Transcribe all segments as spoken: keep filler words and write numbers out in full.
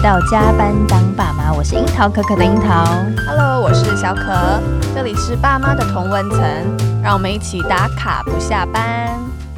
到加班当爸妈，我是樱桃可可的樱桃。 Hello， 我是小可，这里是爸妈的同温层，让我们一起打卡不下班。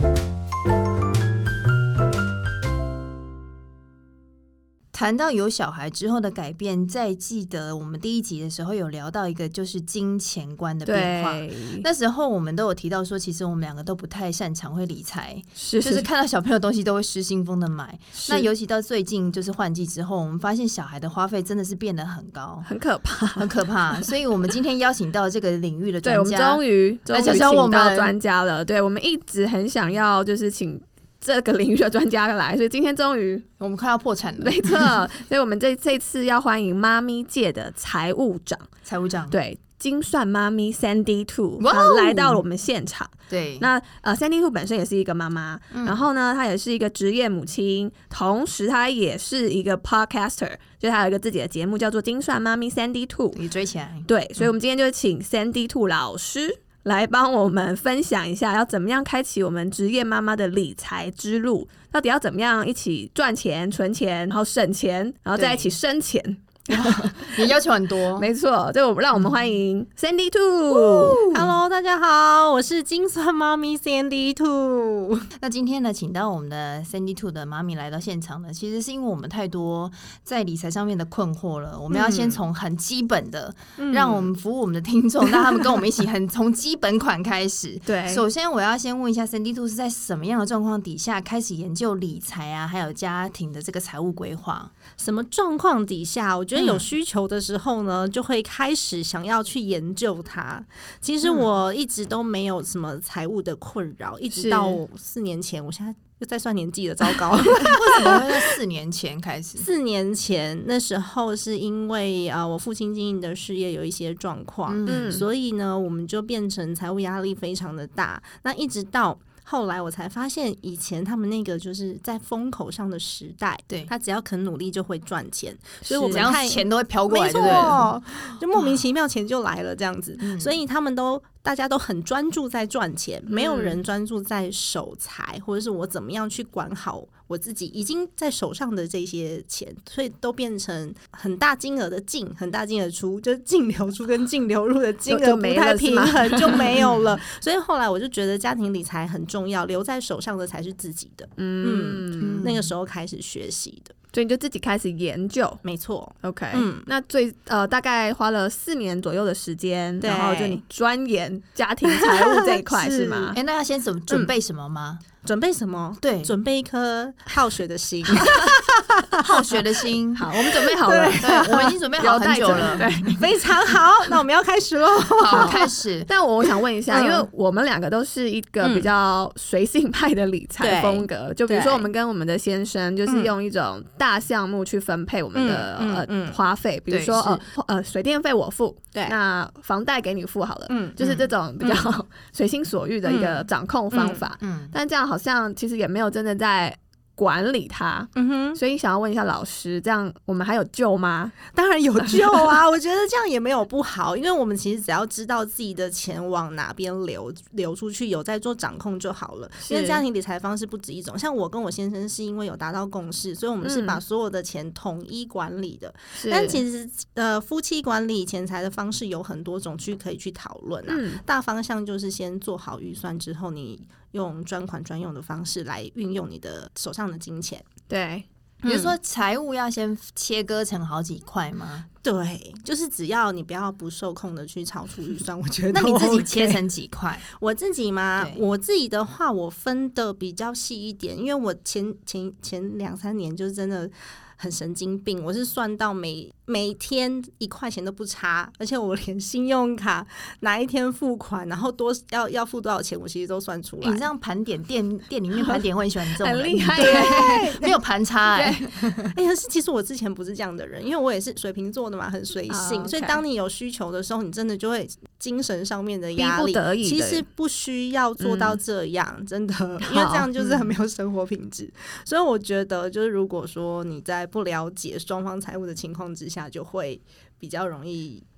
谈到有小孩之后的改变，再记得我们第一集的时候有聊到一个就是金钱观的变化。那时候我们都有提到说，其实我们两个都不太擅长会理财， 是就是看到小朋友的东西都会失心疯的买。那尤其到最近就是换季之后，我们发现小孩的花费真的是变得很高， 很可怕， 很可怕。所以我们今天邀请到这个领域的专家， 对，我们终于终于请到专家了。对，我们一直很想要就是请这个领域的专家来，所以今天终于我们快要破产了。 没错，所以我们这这次要欢迎妈咪界的财务长， 财务长对精算妈咪 Sandy Two ，wow! 来到了我们现场。 对， 那呃 Sandy Two 本身也是一个妈妈、嗯，然后呢，她也是一个职业母亲，同时她也是一个 podcaster， 就她有一个自己的节目叫做精算妈咪 Sandy Two， 你追起来。 对，所以我们今天就请 Sandy Two 老师来帮我们分享一下，要怎么样开启我们职业妈妈的理财之路，到底要怎么样一起赚钱、存钱，然后省钱，然后再一起生钱。 你要求很多， 没错，就让我们欢迎 Sandy Two。Hello， 大家好，我是精算妈咪 Sandy Two。 那今天呢，请到我们的 Sandy Two 的妈咪来到现场呢，其实是因为我们太多在理财上面的困惑了，我们要先从很基本的，嗯、让我们服务我们的听众，让他们跟我们一起很从基本款开始。 对， 首先我要先问一下 Sandy Two 是在什么样的状况底下开始研究理财啊，还有家庭的这个财务规划？ 什么状况底下，我觉得有需求的时候呢，嗯、就会开始想要去研究它。其实我一直都没有什么财务的困扰，一直到四年前，我现在又在算年纪了，糟糕！ 为什么会在四年前开始？ 四年前那时候是因为啊、呃，我父亲经营的事业有一些状况，嗯，所以呢，我们就变成财务压力非常的大。那一直到后来我才发现，以前他们那个就是在风口上的时代， 对， 他只要肯努力就会赚钱，所以我们看钱都会飘过来， 对不对？就莫名其妙钱就来了这样子， 嗯、 所以他们都大家都很专注在赚钱，没有人专注在守财，或者是我怎么样去管好我自己已经在手上的这些钱，所以都变成很大金额的进，很大金额出，就是净流出跟净流入的金额不太平衡就没有了。所以后来我就觉得家庭理财很重要，留在手上的才是自己的。嗯，嗯那个时候开始学习的。 所以你就自己开始研究， 没错 ，OK，嗯，那最呃大概花了四年左右的时间，然后就你钻研家庭财务这一块是吗？ 哎、欸，那要先准准备什么吗？ 嗯、准备什么？ 对， 准备一颗好学的心， 好学的心。 好，我们准备好了， 对，对我们已经准备好很久了， 对，非常好。那我们要开始喽， 好，开始。 但我想问一下，嗯、因为我们两个都是一个比较随性派的理财风格，嗯、就比如说我们跟我们的先生就是用一种大项目去分配我们的、嗯、呃、嗯、花费，比如说呃呃水电费我付，对，那房贷给你付好了，嗯，就是这种比较随心所欲的一个掌控方法，嗯，嗯但这样好像其实也没有真的在管理它，嗯哼，所以想要问一下老师，这样我们还有救吗？ 当然有救啊！我觉得这样也没有不好，因为我们其实只要知道自己的钱往哪边流流出去，有在做掌控就好了。因为家庭理财方式不止一种，像我跟我先生是因为有达到共识，所以我们是把所有的钱统一管理的。嗯、但其实呃，夫妻管理钱财的方式有很多种去可以去讨论啊、嗯。大方向就是先做好预算之后，你用专款专用的方式来运用你的手上的金钱。 对， 比如说财务要先切割成好几块吗？ 对，就是只要你不要不受控的去超出预算，我觉得、OK。 那你自己切成几块？ 我自己吗？我自己的话，我分的比较细一点，因为我前前前两三年就是真的很神经病，我是算到每每天一块钱都不差，而且我连信用卡哪一天付款，然后多要要付多少钱，我其实都算出来。 你这样盘点店店里面盘点，我很喜欢你这种人， 很厉害耶，没有盘差哎、 欸。哎呀，是其实我之前不是这样的人，因为我也是水瓶座的嘛，很随性， oh, okay. 所以当你有需求的时候，你真的就会精神上面的压力， 逼不得已的， 其实不需要做到这样，嗯、真的，因为这样就是很没有生活品质。所以我觉得，就是如果说你在不了解双方财务的情况之下，就会比较容易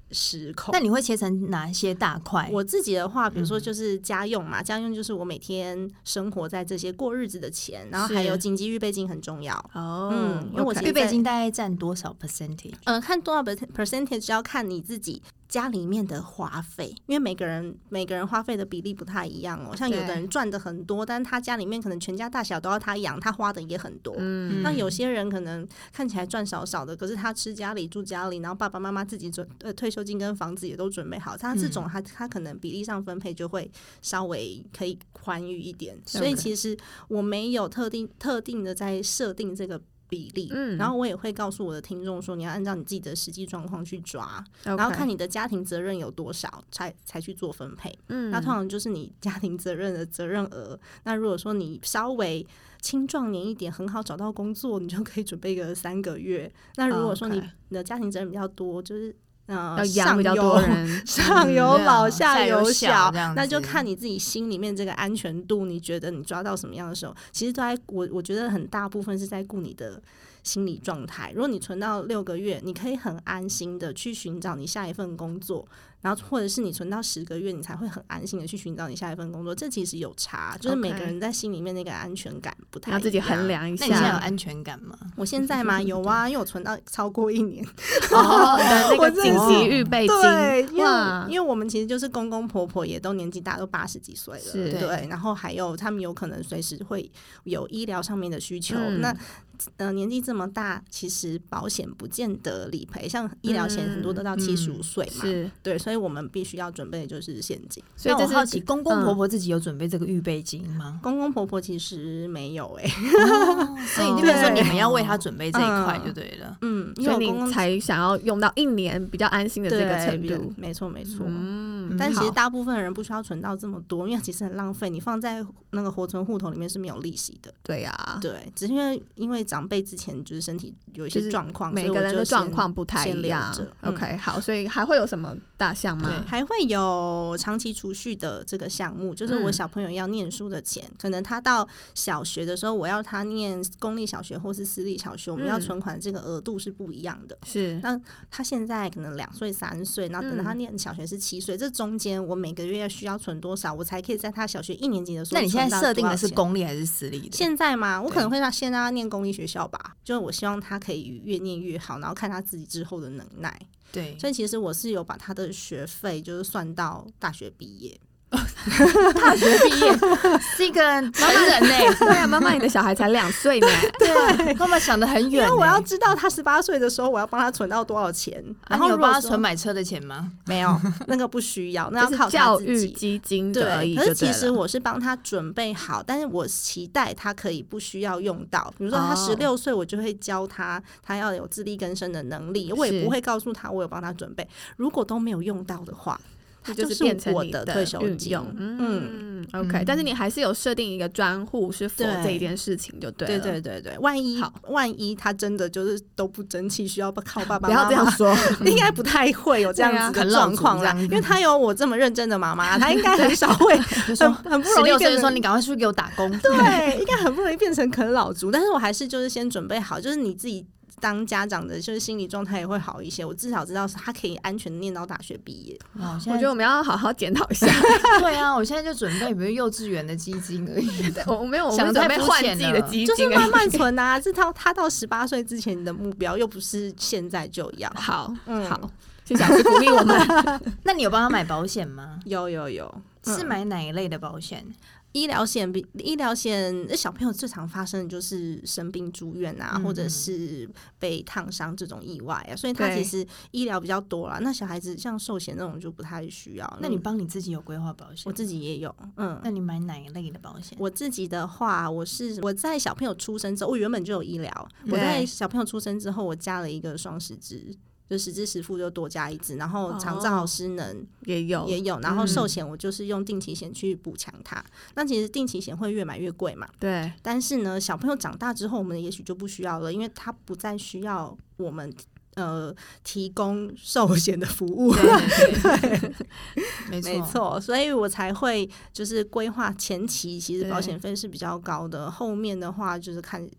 失控。 那你会切成哪些大块？ 我自己的话，比如说就是家用嘛，嗯、家用就是我每天生活在这些过日子的钱，然后还有紧急预备金很重要哦。 嗯，因为我预备金大概占多少 percentage？ 嗯、呃，看多少 percentage 要看你自己家里面的花费，因为每个人每个人花费的比例不太一样哦。像有的人赚的很多，但是他家里面可能全家大小都要他养，他花的也很多。嗯，那有些人可能看起来赚少少的，可是他吃家里住家里，然后爸爸妈妈自己准呃退休金跟房子也都准备好，他这种他他可能比例上分配就会稍微可以宽裕一点。所以其实我没有特定特定的在设定这个比例、嗯、然后我也会告诉我的听众说，你要按照你自己的实际状况去抓、okay. 然后看你的家庭责任有多少才才去做分配、嗯、那通常就是你家庭责任的责任额。那如果说你稍微青壮年一点，很好找到工作，你就可以准备个三个月。那如果说你的家庭责任比较多，就是呃， 要养比较多人， 上有老、嗯、下有小， 那就看你自己心里面这个安全度，你觉得你抓到什么样的时候，其实都在我我觉得很大部分是在顾你的心理状态。如果你存到六个月，你可以很安心的去寻找你下一份工作，然后或者是你存到十个月，你才会很安心的去寻找你下一份工作。这其实有差，就是每个人在心里面那个安全感不太一样， 要自己衡量一下。 那你现在有安全感吗？ 我现在吗？有啊，因为我存到超过一年哦的那个紧急预备金。 对，因为因为我们其实就是公公婆婆也都年纪大，都八十几岁了，对，然后还有他们有可能随时会有医疗上面的需求，嗯、那。呃，年纪这么大，其实保险不见得理赔，像医疗险很多都到七十五岁嘛、嗯嗯，对，所以我们必须要准备的就是现金。 所以我好奇，公公婆婆自己有准备这个预备金吗？ 公公婆婆其实没有哎、欸哦，所以就变成说你们要为他准备这一块就对了。 嗯， 因为我公公才想要用到一年比较安心的这个程度。 没错没错。嗯，但其实大部分人不需要存到这么多，因为其实很浪费，你放在那个活存户头里面是没有利息的。 对呀、啊， 对，只是因为因为长辈之前就是身体有一些状况， 每个人的状况不太一样。OK， 嗯、 好，所以还会有什么大项吗？ 还会有长期储蓄的这个项目，就是我小朋友要念书的钱、嗯，可能他到小学的时候，我要他念公立小学或是私立小学，我们要存款这个额度是不一样的。 是， 那他现在可能两岁、三岁，然后等到他念小学是七岁、嗯，这中间我每个月要需要存多少，我才可以在他小学一年级的时候？ 那你现在设定的是公立还是私立的？ 现在嘛，我可能会让先让他念公立学校吧，就我希望他可以越念越好，然后看他自己之后的能耐。 对， 所以其实我是有把他的学费就是算到大学毕业。 大学毕业是一个成人呢、欸， 对啊，妈妈，你的小孩才两岁呢， 对，妈妈想得很远、欸， 因为我要知道他十八岁的时候，我要帮他存到多少钱。然后你有帮他存买车的钱吗？ 没有，那个不需要，那要靠他自己。 教育基金而已。 可是其实我是帮他准备好，但是我期待他可以不需要用到。比如说他十六岁，我就会教他，他要有自力更生的能力，我也不会告诉他我有帮他准备。如果都没有用到的话。它就是我的退休金， 嗯 ，OK， 但是你还是有设定一个专户是 for 这一件事情就对了， 对对对对，万一万一他真的就是都不争气，需要靠爸爸妈妈， 不要这样说， 应该不太会有这样子的状况啦，因为他有我这么认真的妈妈，他应该很少会很很不容易变成说你赶快出去给我打工， 对，应该很不容易变成啃老族，但是我还是就是先准备好，就是你自己。当家长的就是心理状态也会好一些，我至少知道他可以安全的念到大学毕业。 我觉得我们要好好检讨一下。 对啊，我现在就准备比如幼稚园的基金而已。 我没有，我们准备换季的基金， 就是慢慢存啊。这套他到十八岁之前的目标，又不是现在就要。 好，嗯，好，谢谢老师鼓励我们。 那你有帮他买保险吗？ 有有有， 是买哪一类的保险？ 医疗险比医疗险，小朋友最常发生的就是生病住院啊，嗯、或者是被烫伤这种意外啊，所以他其实医疗比较多啦。那小孩子像寿险那种就不太需要。 那你帮你自己有规划保险？ 我自己也有，嗯。 那你买哪一类的保险？ 我自己的话，我是我在小朋友出生之后，我原本就有医疗，我在小朋友出生之后，我加了一个双十支。就实支实付就多加一支，然后长照失能也有也有，然后寿险我就是用定期险去补强它、嗯。那其实定期险会越买越贵嘛， 对。 但是呢，小朋友长大之后，我们也许就不需要了，因为他不再需要我们呃提供寿险的服务。 对对对对没错没错，所以我才会就是规划前期，其实保险费是比较高的，后面的话就是看。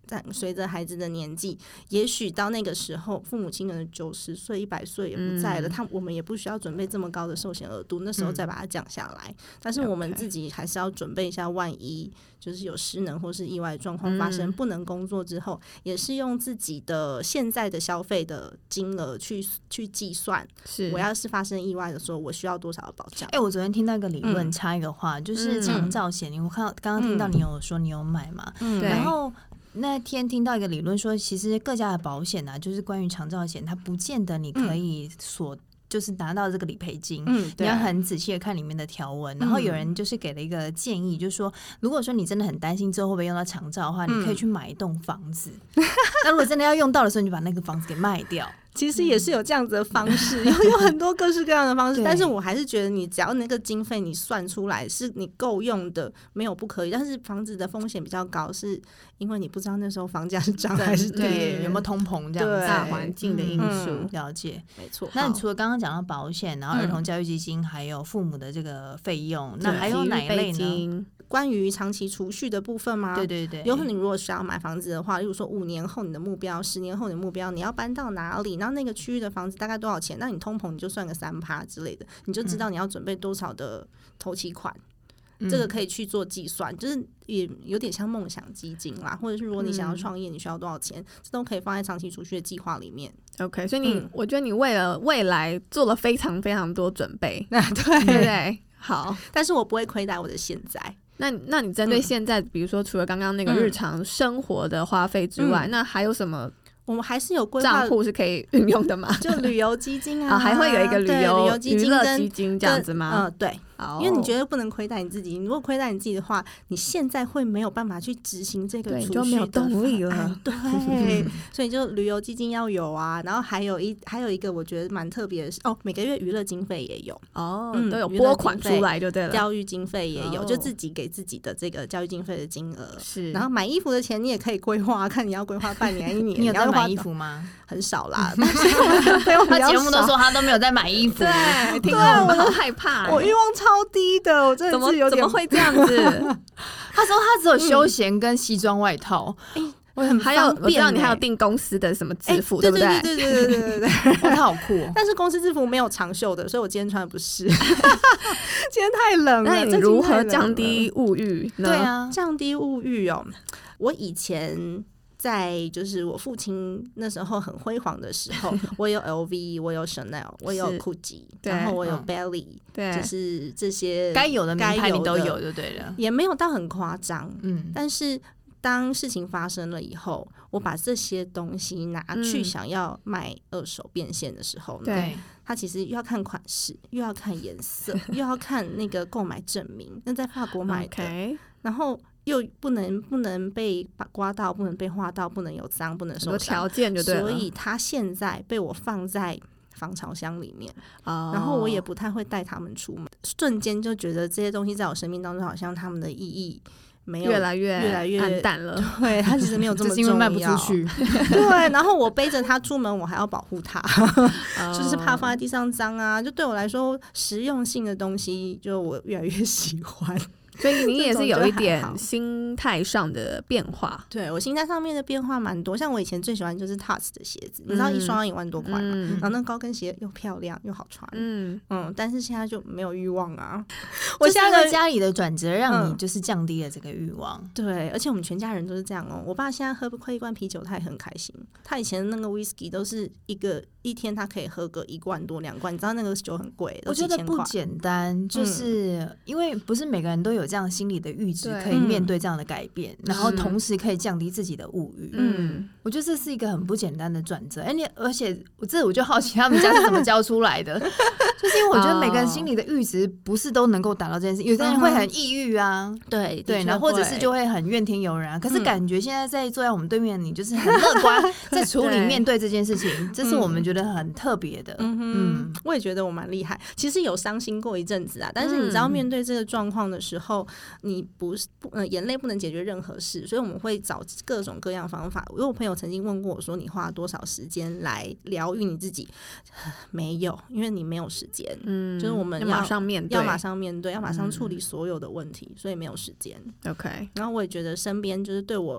在随着孩子的年纪，也许到那个时候，父母亲可能九十岁、一百岁也不在了，嗯、他我们也不需要准备这么高的寿险额度，那时候再把它降下来。嗯、但是我们自己还是要准备一下，万一就是有失能或是意外状况发生，嗯、不能工作之后，也是用自己的现在的消费的金额去去计算。是，我要是发生意外的时候，我需要多少的保障？ 哎、欸，我昨天听到一个理论，插一个话，嗯、就是长照险，我看到刚刚听到你有说你有买嘛，嗯、然后。那天听到一个理论说，其实各家的保险啊，就是关于长照险，它不见得你可以所、嗯、就是拿到这个理赔金，嗯，你要很仔细的看里面的条文。然后有人就是给了一个建议，就是说，如果说你真的很担心之后会不会用到长照的话，嗯、你可以去买一栋房子。那如果真的要用到的时候，你就把那个房子给卖掉。 其实也是有这样子的方式，有、嗯、有很多各式各样的方式，但是我还是觉得你只要那个经费你算出来是你够用的，没有不可以。但是房子的风险比较高，是因为你不知道那时候房价是涨还是跌， 有没有通膨这样子大环境的因素、 嗯、了解。 没错。 那你除了刚刚讲到保险，然后儿童教育基金，还有父母的这个费用，嗯、那还有哪一类呢？ 关于长期储蓄的部分吗？ 对对对， 有可能你如果需要买房子的话，例如说五年后你的目标，十年后你的目标，你要搬到哪里，然后那个区域的房子大概多少钱，那你通膨你就算个三趴之类的，你就知道你要准备多少的头期款、嗯、这个可以去做计算，就是也有点像梦想基金啦，或者是如果你想要创业你需要多少钱、嗯、这都可以放在长期储蓄的计划里面。 OK， 所以你、嗯、我觉得你为了未来做了非常非常多准备、 啊、对对对，好， 但是我不会亏待我的现在。 那那你针对现在、嗯、比如说除了刚刚那个日常生活的花费之外、嗯、那还有什么我们还是有规划账户是可以运用的吗？ 就旅游基金啊、 哦、还会有一个旅游旅游基金娱乐基金这样子吗？ 嗯，对，因为你绝对不能亏待你自己，你如果亏待你自己的话，你现在会没有办法去执行这个储蓄的， 就没有动力了。 对，所以就旅游基金要有啊，然后还有一还有一个我觉得蛮特别的是哦，每个月娱乐经费也有哦、嗯，都有拨款出来就对了。 教育经费也有、哦，就自己给自己的这个教育经费的金额是。 然后买衣服的钱你也可以规划，看你要规划半年一年。 你有在买衣服吗？ 很少啦，但是他节目都说他都没有在买衣服， 对，听了我好害怕、欸， 我欲望超低的，我真的是有点怎么会这样子？ 他说他只有休闲跟西装外套。 嗯我很还有我知道你还有订公司的什么制服、 欸、 对不对？ 对对对对对对对哇，他好酷、哦！ 但是公司制服没有长袖的，所以我今天穿的不是。今天太冷了。 那你如何降低物欲呢？ 对啊， 降低物欲哦。我以前在就是我父亲那时候很辉煌的时候，我有 L V， 我有 Chanel， 我有 Gucci， 然后我有 Belly，、嗯、就是这些该有的名牌你都有就对了， 也没有到很夸张。嗯，但是。当事情发生了以后，我把这些东西拿去想要卖二手变现的时候呢， 对、嗯， 它其实又要看款式，又要看颜色，又要看那个购买证明，那在法国买的， okay. 然后又不能不能被刮到，不能被划到，不能有脏，不能受伤， 条件就对了。 所以它现在被我放在防潮箱里面、哦，然后我也不太会带他们出门，瞬间就觉得这些东西在我生命当中好像他们的意义。没有越来越越来越暗淡了， 对，它其实没有这么重要， 因为卖不出去。 对，然后我背着它出门，我还要保护它，就是怕放在地上脏啊。就对我来说，实用性的东西，就我越来越喜欢。 所以你也是有一点心态上的变化。 对，我心态上面的变化蛮多，像我以前最喜欢就是 T A S 的鞋子，嗯、你知道一双一万多块嘛、嗯，然后那高跟鞋又漂亮又好穿，嗯嗯，但是现在就没有欲望啊。 我现在在家里的转折让你就是降低了这个欲望、嗯。 对，而且我们全家人都是这样哦。我爸现在喝喝一罐啤酒，他也很开心。他以前那个 whisky 都是一个一天他可以喝个一罐多两罐，你知道那个酒很贵， 我觉得不简单，就是、嗯、因为不是每个人都有这样心理的阈值可以面对这样的改变、嗯、然后同时可以降低自己的物欲。嗯，我觉得这是一个很不简单的转折。哎、欸，而且我这我就好奇他们家是怎么教出来的，就是因为我觉得每个人心里的阈值不是都能够达到这件事，有的人会很抑郁啊， 嗯、对对，然后或者是就会很怨天尤人啊。可是感觉现在在坐在我们对面的你就是很乐观，在处理面对这件事情，这是我们觉得很特别的。嗯嗯，我也觉得我蛮厉害。其实有伤心过一阵子啊，但是你知道面对这个状况的时候。你不是不、呃、眼泪不能解决任何事，所以我们会找各种各样方法。因为我朋友曾经问过我说，你花多少时间来疗愈你自己？没有，因为你没有时间。嗯，就是我们要马上面对， 要马上面对，要马上处理所有的问题，嗯、所以没有时间。 OK， 然后我也觉得身边就是对我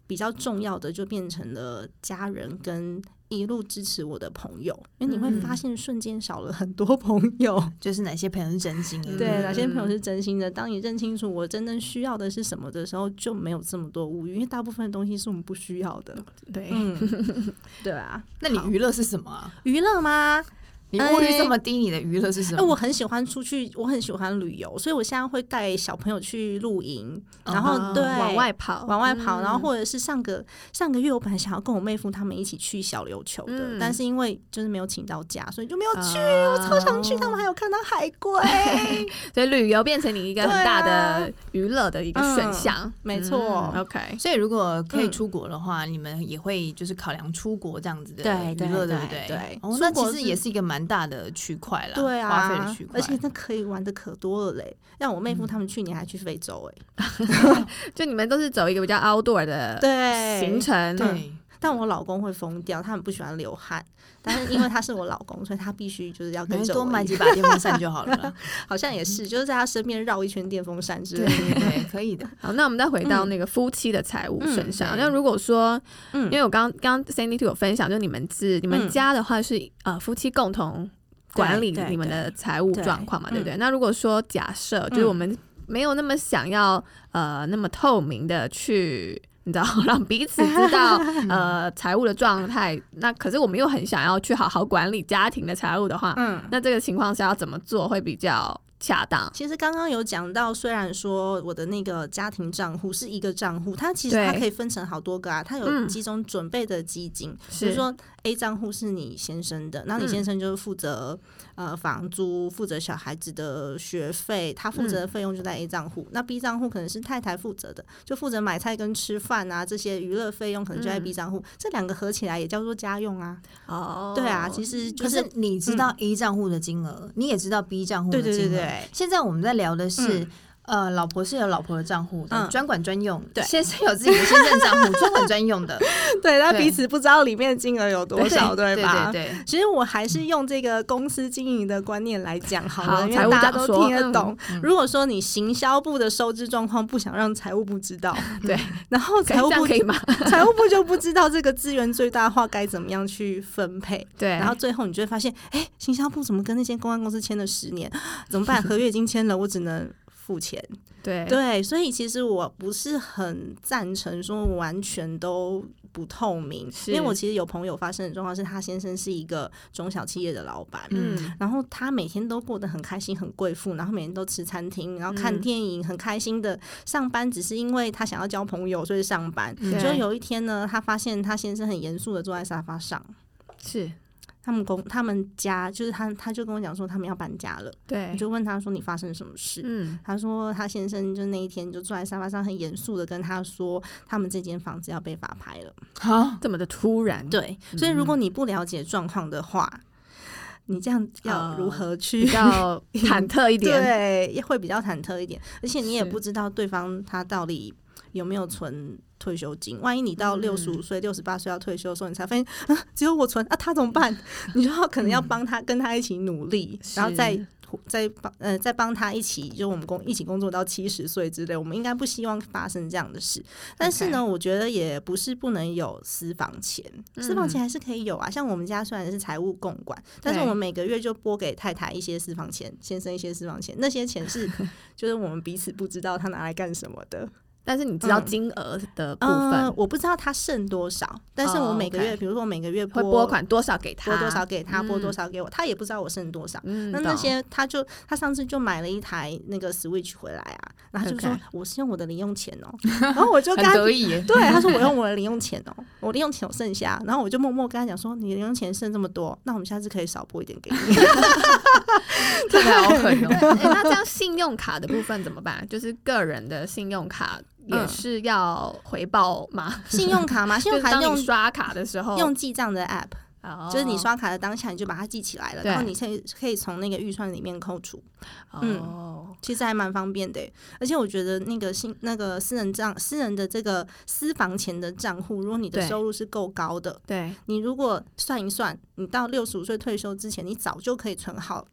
比较重要的就变成了家人跟一路支持我的朋友，因为你会发现瞬间少了很多朋友， 嗯、就是哪些朋友是真心的， 对，哪些朋友是真心的。当你认清楚我真正需要的是什么的时候，就没有这么多物欲，因为大部分的东西是我们不需要的。 对， 嗯、对啊。 那你娱乐是什么啊？ 娱乐吗？ 你物欲这么低，你的娱乐是什么？ 我很喜欢出去，我很喜欢旅游，所以我现在会带小朋友去露营，然后、uh-huh. 对往外跑， 往外跑，嗯、然后或者是上个上个月我本来想要跟我妹夫他们一起去小琉球的，嗯、但是因为就是没有请到假，所以就没有去。Uh-huh. 我超想去，他们还有看到海龟， 所以旅游变成你一个很大的娱乐的一个选项， 嗯、没错。 嗯、OK， 所以如果可以出国的话，嗯、你们也会就是考量出国这样子的娱乐，对不对？ 对， 哦，那其实也是一个蛮大的区块啦， 对啊， 花费的区块， 而且那可以玩的可多了嘞。让我妹夫他们去年还去非洲哎、 欸，就你们都是走一个比较 outdoor 的行程， 对。对，但我老公会疯掉，他很不喜欢流汗，但是因为他是我老公，所以他必须就是要跟着我， 多买几把电风扇就好了啦。 好像也是，就是在他身边绕一圈电风扇之类的， 对对对，可以的。 好，那我们再回到那个夫妻的财务身上。嗯、那如果说，嗯、因为我刚刚 Sandy Two 有分享，就你们是你们家的话是、嗯、呃夫妻共同管理你们的财务状况嘛， 对, 对, 对, 对不对、嗯？那如果说假设就是我们没有那么想要呃那么透明的去。你知道让彼此知道呃财务的状态，那可是我们又很想要去好好管理家庭的财务的话，嗯，那这个情况下要怎么做会比较恰当？ 其实刚刚有讲到，虽然说我的那个家庭账户是一个账户，它其实它可以分成好多个啊，它有几种准备的基金，嗯、比如说 A 账户是你先生的，那你先生就是负责、嗯、呃房租，负责小孩子的学费，他负责的费用就在 A 账户、嗯。那 B 账户可能是太太负责的，就负责买菜跟吃饭啊，这些娱乐费用可能就在 B 账户、嗯。这两个合起来也叫做家用啊。哦，对啊，其实就是、 可是你知道 A 账户的金额、嗯，你也知道 B 账户的金额。对对对对。现在我们在聊的是。嗯呃，老婆是有老婆的账户的，专、嗯、管专用；对，先生有自己的先生账户，专管专用的。 对，他彼此不知道里面的金额有多少， 对, 对吧？ 对对对。 其实我还是用这个公司经营的观念来讲好了，好，因为大家都听得懂、嗯。如果说你行销部的收支状况不想让财务部知道，对，然后财务部可以吗？ 财务部就不知道这个资源最大化该怎么样去分配，对，然后最后你就会发现，哎、欸，行销部怎么跟那些公关公司签了十年？怎么办？合约已经签了，我只能付钱。对对，所以其实我不是很赞成说完全都不透明，因为我其实有朋友发生的状况是他先生是一个中小企业的老板，嗯，然后他每天都过得很开心很贵妇，然后每天都吃餐厅，然后看电影、嗯、很开心的上班，只是因为他想要交朋友所以上班。就有一天呢，他发现他先生很严肃的坐在沙发上，是他们公他们家就是他，他就跟我讲说他们要搬家了。对，我就问他说你发生什么事？嗯，他说他先生就那一天就坐在沙发上很严肃的跟他说，他们这间房子要被法拍了。 好，这么的突然。 对，所以如果你不了解状况的话，嗯、你这样要如何去、 呃、比较忐忑一点？ 对，会比较忐忑一点，而且你也不知道对方他到底有没有存退休金，万一你到六十五岁、六十八岁要退休的时候，你才发现啊，只有我存啊，他怎么办？你就要可能要帮他、嗯，跟他一起努力，然后再再帮呃再帮他一起，就我们工一起工作到七十岁之类。我们应该不希望发生这样的事，但是呢， okay. 我觉得也不是不能有私房钱，私房钱还是可以有啊。像我们家虽然是财务共管，但是我们每个月就拨给太太一些私房钱，先生一些私房钱，那些钱是就是我们彼此不知道他拿来干什么的。 但是你知道金额的部分、 嗯呃，我不知道他剩多少，但是我每个月， oh, okay. 比如说我每个月拨会拨款多少给他， 拨多少给他，拨、嗯、多少给我，他也不知道我剩多少。嗯、那那些他就他上次就买了一台那个 Switch 回来啊，然后他就说、okay. 我是用我的零用钱哦、喔，然后我就跟他很得意耶， 对，他说我用我的零用钱哦、喔，我零用钱有剩下，然后我就默默跟他讲说，你零用钱剩这么多，那我们下次可以少拨一点给你。 真的好狠哦、 欸！那这样信用卡的部分怎么办？就是个人的信用卡。也是要回报吗？ 嗯、信用卡吗？信用卡用刷卡的时候用记账的 app，、哦、就是你刷卡的当下你就把它记起来了，然后你可以可以从那个预算里面扣除。嗯，哦、其实还蛮方便的，而且我觉得那个信那个私人账私人的这个私房钱的账户，如果你的收入是够高的，对，你如果算一算，你到六十五岁退休之前，你早就可以存好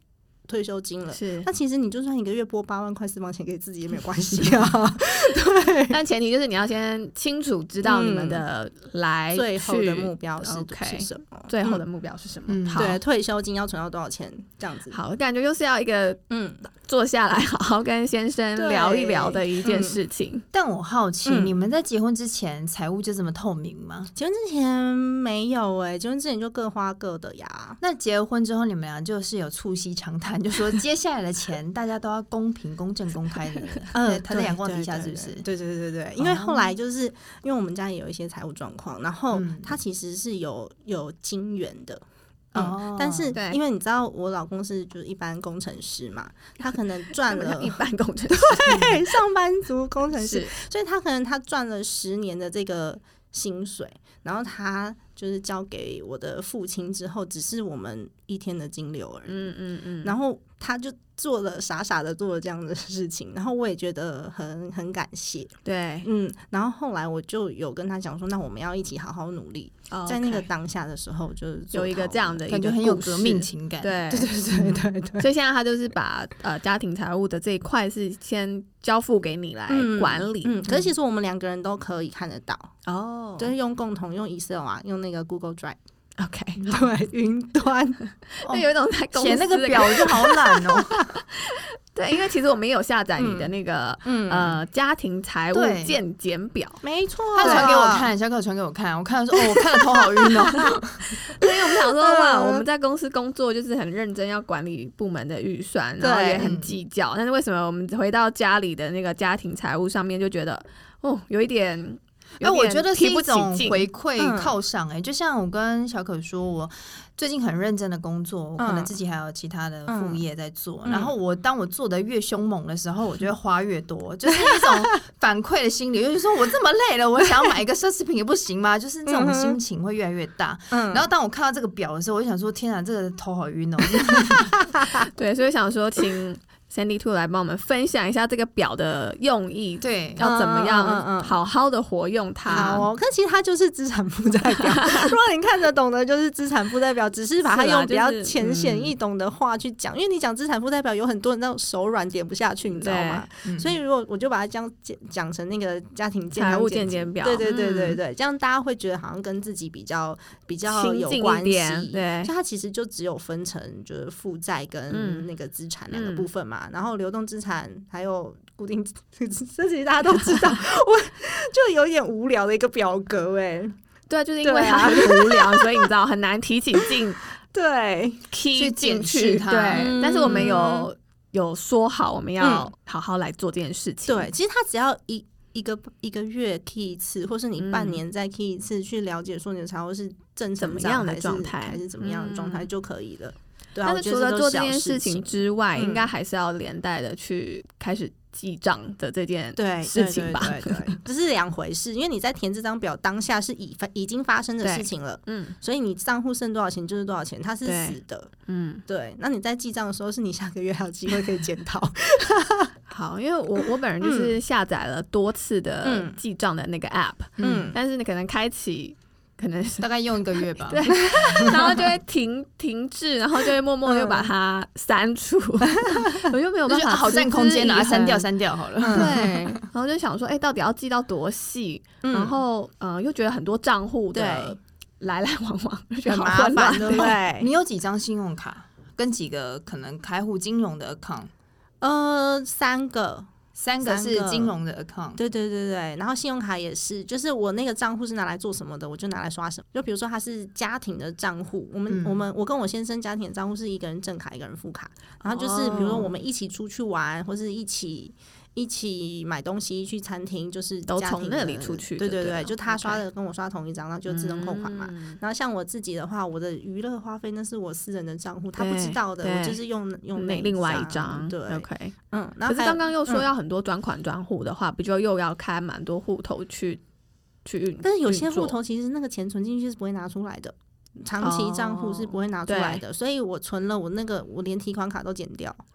退休金了， 是那其实你就算一个月拨八万块私房钱给自己也没有关系啊。对， 但前提就是你要先清楚知道你们的来、 嗯、最后的目标是、 okay, 是什么， 最后的目标是什么？ 嗯、 好对，退休金要存到多少钱这样子。 好，感觉又是要一个嗯坐下来好好跟先生聊一聊的一件事情。 嗯、但我好奇、嗯，你们在结婚之前财务就这么透明吗？ 结婚之前没有哎、欸，结婚之前就各花各的呀。 那结了婚之后，你们俩就是有促膝长谈，就说接下来的钱大家都要公平、公正、公开的。嗯，他在阳光底下是不是？ 对对对对对，因为后来就是因为我们家也有一些财务状况，然后他其实是有有金源的。嗯哦、但是因为你知道我老公是就是一般工程师嘛，他可能赚了一般工程师对上班族工程师，所以他可能他赚了十年的这个薪水，然后他就是交给我的父亲之后，只是我们一天的金流而已。嗯嗯嗯。然后他就做了傻傻的做了这样的事情，然后我也觉得很很感谢。 对， 嗯。然后后来我就有跟他讲说，那我们要一起好好努力。Oh, okay. 在那个当下的时候，就是有一个这样的一个感觉很有革命情感。 对对对对对对。 所以现在他就是把呃家庭财务的这一块是先交付给你来管理。 嗯。嗯可是其实我们两个人都可以看得到。 哦、oh. 就是用共同用 Excel 啊，用那个 Google Drive。OK， 对， 云端， 那有一种在公司写那个表就好懒哦。 对，因为其实我们也有下载你的那个、嗯、呃家庭财务健检表， 没错， 他传给我看，小可传给我看，我看了说哦，我看了头好晕哦。 所以我们想说哇，我们在公司工作就是很认真，要管理部门的预算，然后也很计较。但是为什么我们回到家里的那个家庭财务上面就觉得哦，有一点。 哎，我觉得是一种回馈犒赏哎、欸嗯，就像我跟小可说，我最近很认真的工作，我可能自己还有其他的副业在做，嗯、然后我当我做的越凶猛的时候，我就会花越多，就是一种反馈的心理，就是说我这么累了，我想要买一个奢侈品也不行吗？就是这种心情会越来越大。嗯、然后当我看到这个表的时候，我就想说，天啊，这个头好晕哦。 对，所以想说，请Sandy Two 来帮我们分享一下这个表的用意， 对， 要怎么样好好的活用它。 好哦，可其实它就是资产负债表。如果你看得懂的，就是资产负债表，只是把它用比较浅显易懂的话去讲、就是嗯。因为你讲资产负债表，有很多人那种手软点不下去，你知道吗？嗯、所以如果我就把它讲讲成那个家庭财务健检表，对对对对对、嗯，这样大家会觉得好像跟自己比较比较有关系。 对， 所以它其实就只有分成就是负债跟那个资产两个部分嘛。嗯然后流动资产还有固定，这其实大家都知道，我就有点无聊的一个表格哎、欸。 对啊，就是因为它很无聊，所以你知道很难提起劲， 对 ，key 进去，对、嗯。但是我们有有说好，我们要好好来做这件事情。 嗯、对，其实它只要一一个一个月 key 一次，或是你半年再 key 一次，嗯、去了解说你的财务是正怎么样的状态，还是怎么样的状态就可以了。对啊、 但是除了做这件事情之外、嗯、应该还是要连带的去开始记账的这件事情吧。 对对对对，这是两回事，因为你在填这张表当下是已已经发生的事情了，嗯，所以你账户剩多少钱就是多少钱，它是死的，嗯，对。那你在记账的时候，是你下个月还有机会可以检讨。 好，因为我我本人就是下载了多次的记账的那个 app， 嗯，但是你可能开启。可能大概用一个月吧， 对，然后就会停停滞，然后就会默默又把它删除，嗯、我就没有办法， 好占空间啊，删掉删掉好了。 对，然后就想说，哎、欸，到底要记到多细？嗯、然后呃，又觉得很多账户的来来往往，就觉得好麻烦，对不对？ 你有几张信用卡，跟几个可能开户金融的 account？ 呃，三个。 三个是金融的 account， 对对对对，然后信用卡也是，就是我那个账户是拿来做什么的，我就拿来刷什么。就比如说它是家庭的账户，我们、嗯、我们我跟我先生家庭的账户是一个人正卡一个人副卡，然后就是比如说我们一起出去玩，或是一起一起买东西去餐厅，就是都从那里出去。 对对对，就他刷的跟我刷同一张，然后就自动扣款嘛、嗯。然后像我自己的话，我的娱乐花费那是我私人的账户，他不知道的，我就是用用那另外一张。 对 ，OK， 嗯。 可是刚刚又说要很多专款专户的话，不、嗯、就又要开蛮多户头去去运？ 但是有些户头其实那个钱存进去是不会拿出来的。长期账户是不会拿出来的、哦，所以我存了我那个我连提款卡都剪掉。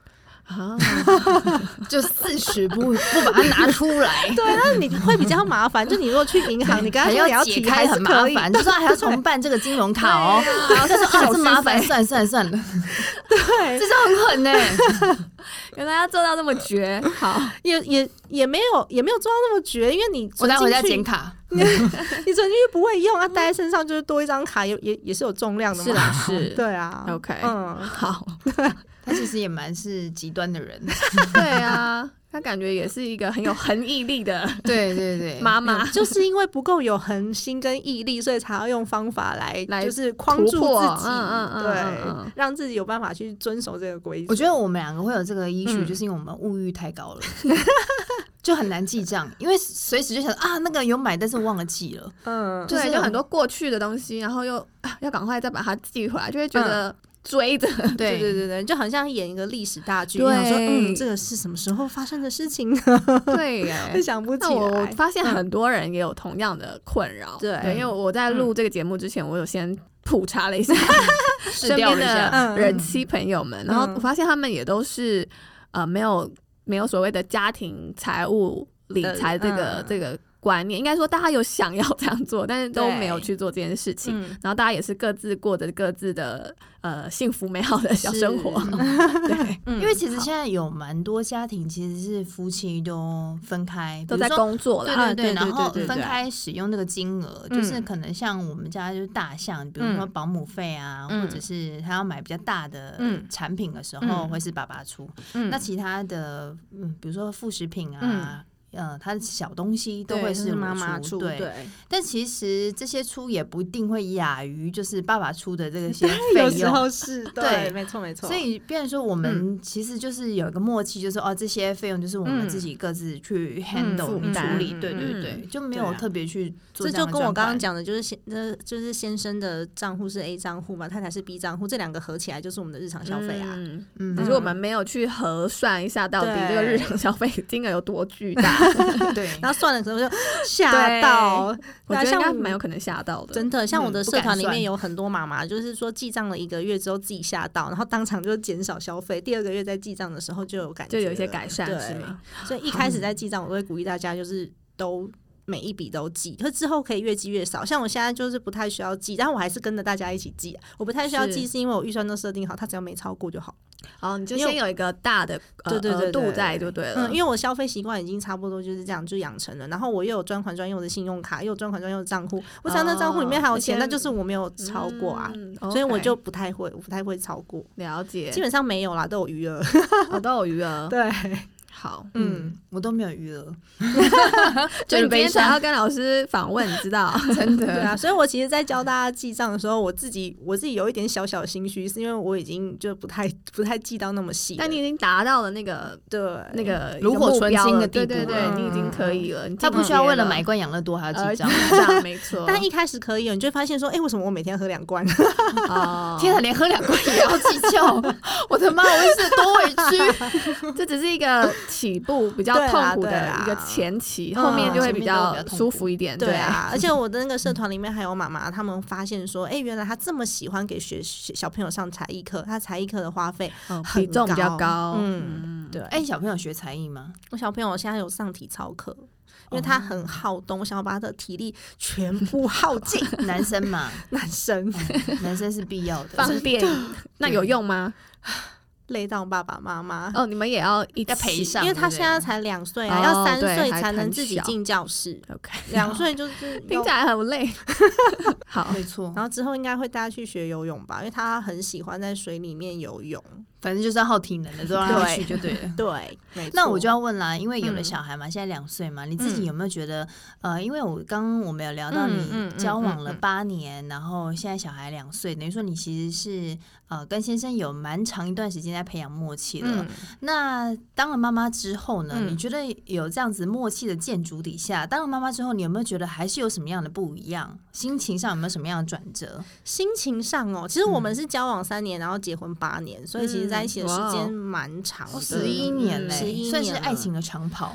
啊，就四十不不把它拿出来， 对，那你会比较麻烦。就你如果去银行，你跟他说你要解开很麻烦，就说还要重办这个金融卡哦，然后他说啊这麻烦，算了算了算了， 对， 这就很狠呢、 欸。原来要做到那么绝，好， 也也也没有也没有做到那么绝，因为你我待回家剪卡， 你存进去不会用，啊，带在身上就是多一张卡，也也也是有重量的嘛， 是啦是， 对啊 ，OK， 嗯， 好， 他其实也蛮是极端的人， 对啊。他感觉也是一个很有恒毅力的， 对对对， 妈妈就是因为不够有恒心跟毅力，所以才要用方法来， 来就是框住自己， 嗯嗯嗯对， 嗯嗯让自己有办法去遵守这个规则。 我觉得我们两个会有这个 issue，、 嗯、 就是因为我们物欲太高了，就很难记账，因为随时就想啊，那个有买，但是忘了记了， 嗯， 对，就是、就很多过去的东西，然后又要赶快再把它记回来，就会觉得。嗯追着， 对对对对，就好像演一个历史大剧，想说嗯，这个是什么时候发生的事情呢？ 对耶， 想不起来。 我发现很多人也有同样的困扰、嗯，对，因为我在录这个节目之前，我有先普查了一下身边的人妻朋友们，然后我发现他们也都是呃没有没有所谓的家庭财务理财这个、嗯、这个。观念应该说，大家有想要这样做，但是都没有去做这件事情。然后大家也是各自过着各自的呃幸福美好的小生活。对、 嗯，因为其实现在有蛮多家庭其实是夫妻都分开， 都在工作了， 对对对，然后分开使用那个金额，嗯、就是可能像我们家就是大项，比如说保姆费啊，嗯、或者是他要买比较大的产品的时候，嗯、会是爸爸出。嗯、那其他的，嗯，比如说副食品啊。嗯呃，他的小东西都会是妈妈出， 对， 对。 但其实这些出也不一定会亚于就是爸爸出的这个些费用， 有时候是，对，没错没错。 所以，变成说我们其实就是有一个默契，就是、嗯、哦，这些费用就是我们自己各自去 handle、嗯、处理，对对对，嗯、就没有特别去做这样的。 这就跟我刚刚讲的，就是先，呃，就是先生的账户是 A 账户嘛，太太是 B 账户，这两个合起来就是我们的日常消费啊。 嗯嗯，可是我们没有去核算一下到底这个日常消费金额有多巨大。 对，然后算了，可能就吓到， 我觉得应该蛮有可能吓到的。 真的，像我的社团里面有很多妈妈，就是说记账了一个月之后自己吓到，然后当场就减少消费，第二个月在记账的时候就有感觉， 就有一些改善，是吗？ 所以一开始在记账，我都会鼓励大家，就是都。每一笔都记，可之后可以越记越少。像我现在就是不太需要记，但我还是跟着大家一起记、啊。我不太需要记，是因为我预算都设定好，它只要没超过就好。 哦，你就先有一个大的对对对度在就对了。 嗯，因为我消费习惯已经差不多就是这样就养成了，然后我又有专款专用的信用卡，又有专款专用的账户，我想那账户里面还有钱，那、哦、就是我没有超过啊，嗯、所以我就不太会，我不太会超过。 了解， 基本上没有啦，都有余额， 哦，都有余额， 对。 好， 嗯，我都没有余额， 就你今天想要跟老师访问，你知道， 真的， 对啊，所以我其实，在教大家记账的时候，我自己我自己有一点小小心虚，是因为我已经就不太不太记到那么细， 但你已经达到了那个对那个炉火纯青的地步， 对对对，嗯、你已经可以了， 他不需要为了买一罐养乐多还要记账， 呃、没错。 但一开始可以，你就会发现说，哎、欸，为什么我每天喝两罐？ 哦，天啊，连喝两罐也要计较，我的妈，我是多委屈， 这只是一个起步比较痛苦的一个前期，后面就会比较舒服一点。 对啊，而且我的那个社团里面还有妈妈，他们发现说，哎、欸，原来他这么喜欢给学小朋友上才艺课，他才艺课的花费比重比较高。 嗯，对。 哎、欸，小朋友学才艺吗？ 我小朋友现在有上体操课。因为他很好动，我想要把他的体力全部耗尽。 男生嘛， 男生、 嗯，男生是必要的， 方便。那有用吗？ 累到爸爸妈妈哦，你们也要一要陪上， 因为他现在才两岁啊， 哦、 要三岁才能自己进教室。 OK， 两岁就是听起来很累。好， 没错。 然后之后应该会带他去学游泳吧，因为他很喜欢在水里面游泳。 反正就是要耗体能的，都让他去就对了。 对， 那我就要问啦，因为有了小孩嘛，嗯、现在两岁嘛，你自己有没有觉得，嗯、呃，因为我刚刚我们有聊到你交往了八年，嗯嗯嗯嗯、然后现在小孩两岁，等于说你其实是呃跟先生有蛮长一段时间在培养默契了。嗯、那当了妈妈之后呢，嗯、你觉得有这样子默契的建筑底下，当了妈妈之后，你有没有觉得还是有什么样的不一样？心情上有没有什么样的转折？ 心情上哦，其实我们是交往三年，然后结婚八年，所以其实在一起的时间蛮长的， 十一年嘞， 十一年算是爱情的长跑。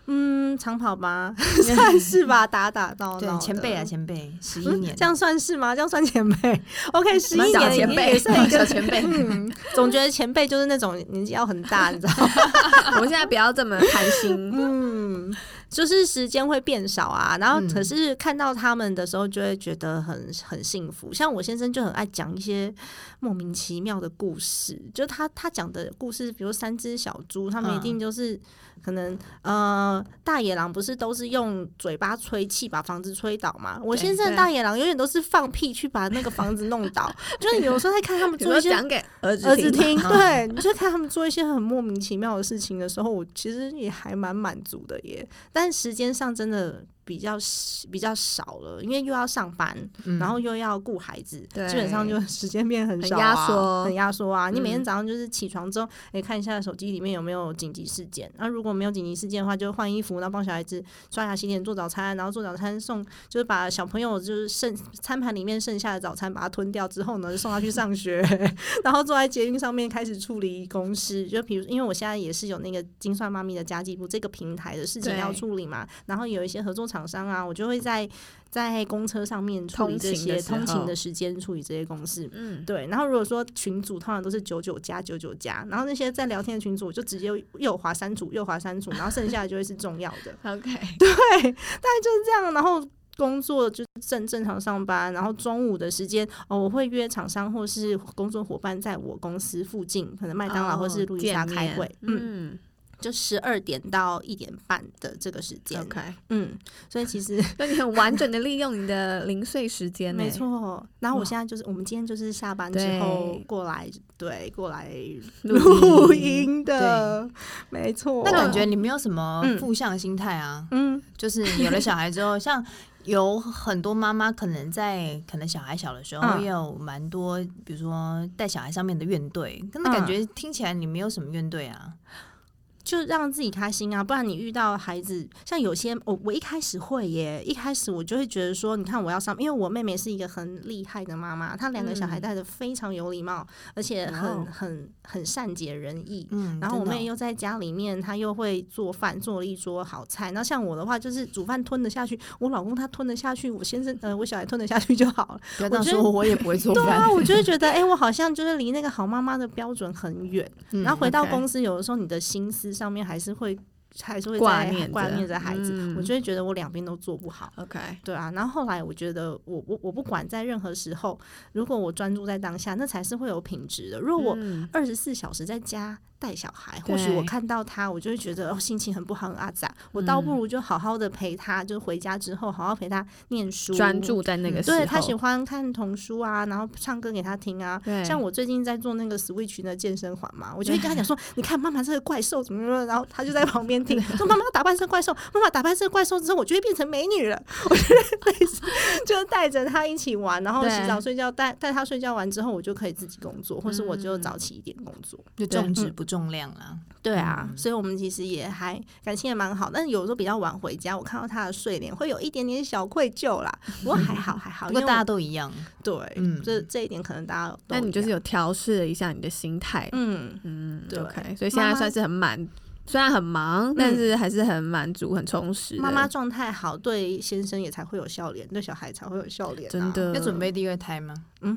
嗯，长跑吧，算是吧，打打闹闹。 对，前辈啊，前辈，十一年、 嗯，这样算是吗？这样算前辈 ？OK， 十一年前辈也算一个小前辈。 嗯，总觉得前辈就是那种年纪要很大，你知道吗？ 我们现在不要这么贪心。 嗯，就是时间会变少啊，然后可是看到他们的时候，就会觉得很很幸福。像我先生就很爱讲一些莫名其妙的故事，就他他讲的故事，比如三只小猪，他们一定就是。可能呃，大野狼不是都是用嘴巴吹气把房子吹倒吗？我先生的大野狼永远都是放屁去把那个房子弄倒。就是有时候在看他们做一些讲给儿子儿子听，对，你就看他们做一些很莫名其妙的事情的时候，我其实也还蛮满足的耶。但时间上真的比较比较少了，因为又要上班，嗯、然后又要顾孩子，基本上就时间变很少、啊， 很压缩， 很压缩啊！嗯、你每天早上就是起床之后，哎，看一下手机里面有没有紧急事件，那如果没有紧急事件的话，就换衣服，然后帮小孩子刷牙、洗脸、做早餐，然后做早餐送，就是把小朋友就是剩餐盘里面剩下的早餐把它吞掉之后呢，就送他去上学，然后坐在捷运上面开始处理公事，就比如因为我现在也是有那个精算妈咪的家计部这个平台的事情要处理嘛，然后有一些合作厂商啊，我就会在在公车上面处理这些通勤的时间，处理这些公事。嗯，对。然后如果说群组通常都是九九加九九加，然后那些在聊天的群组，我就直接右滑删除，右滑删除，然后剩下的就会是重要的。 OK， 对，大概就是这样。然后工作就正正常上班，然后中午的时间哦，我会约厂商或是工作伙伴在我公司附近，可能麦当劳或是路易莎开会。哦、嗯。就十二点到一点半的这个时间 ，OK， 嗯，所以其实那你很完整的利用你的零碎时间， 没错。然后我现在就是，我们今天就是下班之后过来，对，过来录音的，没错。 那感觉你没有什么负向心态啊？嗯，就是有了小孩之后，像有很多妈妈可能在可能小孩小的时候也有蛮多，比如说带小孩上面的怨怼，可是感觉听起来你没有什么怨怼啊。 就让自己开心啊，不然你遇到孩子，像有些我我一开始会耶，一开始我就会觉得说，你看我要上，因为我妹妹是一个很厉害的妈妈，她两个小孩带的非常有礼貌，嗯、而且很、哦、很很善解人意。嗯，然后我妹又在家里面，她又会做饭，做了一桌好菜。那像我的话，就是煮饭吞得下去，我老公他吞得下去，我先生呃我小孩吞得下去就好了。 不要这样说，我也不会做饭。 对啊，我就会觉得，哎、欸，我好像就是离那个好妈妈的标准很远。嗯、然后回到公司，有的时候你的心思上面还是会还是会挂念挂念着孩子、嗯，我就会觉得我两边都做不好。 OK， 对啊。然后后来我觉得我我我不管在任何时候，如果我专注在当下，那才是会有品质的。如果我二十四小时在家带小孩，或许我看到他，我就会觉得哦心情很不好很阿杂，我倒不如就好好的陪他，就回家之后好好陪他念书， 专注在那个时候。 对，他喜欢看童书啊，然后唱歌给他听啊。像我最近在做那个 Switch 的健身环嘛，我就会跟他讲说，你看妈妈这个怪兽怎么样，然后他就在旁边听，说妈妈打败这个怪兽，妈妈打败这个怪兽之后，我就会变成美女了。我觉得类似，就带着他一起玩，然后洗澡睡觉，带带他睡觉完之后，我就可以自己工作，或是我就早起一点工作， 就重质不重量啊。 对啊、嗯，所以我们其实也还感情也蛮好，但是有时候比较晚回家，我看到他的睡脸会有一点点小愧疚啦。不过还好还好， 不过大家都一样。 对，嗯，这这一点可能大家都一样。 那你就是有调试了一下你的心态，嗯嗯，对 ，OK， 所以现在算是很满。虽然很忙、嗯，但是还是很满足、很充实。 妈妈状态好，对先生也才会有笑脸，对小孩才会有笑脸、啊。 真的， 要准备第二胎吗？嗯，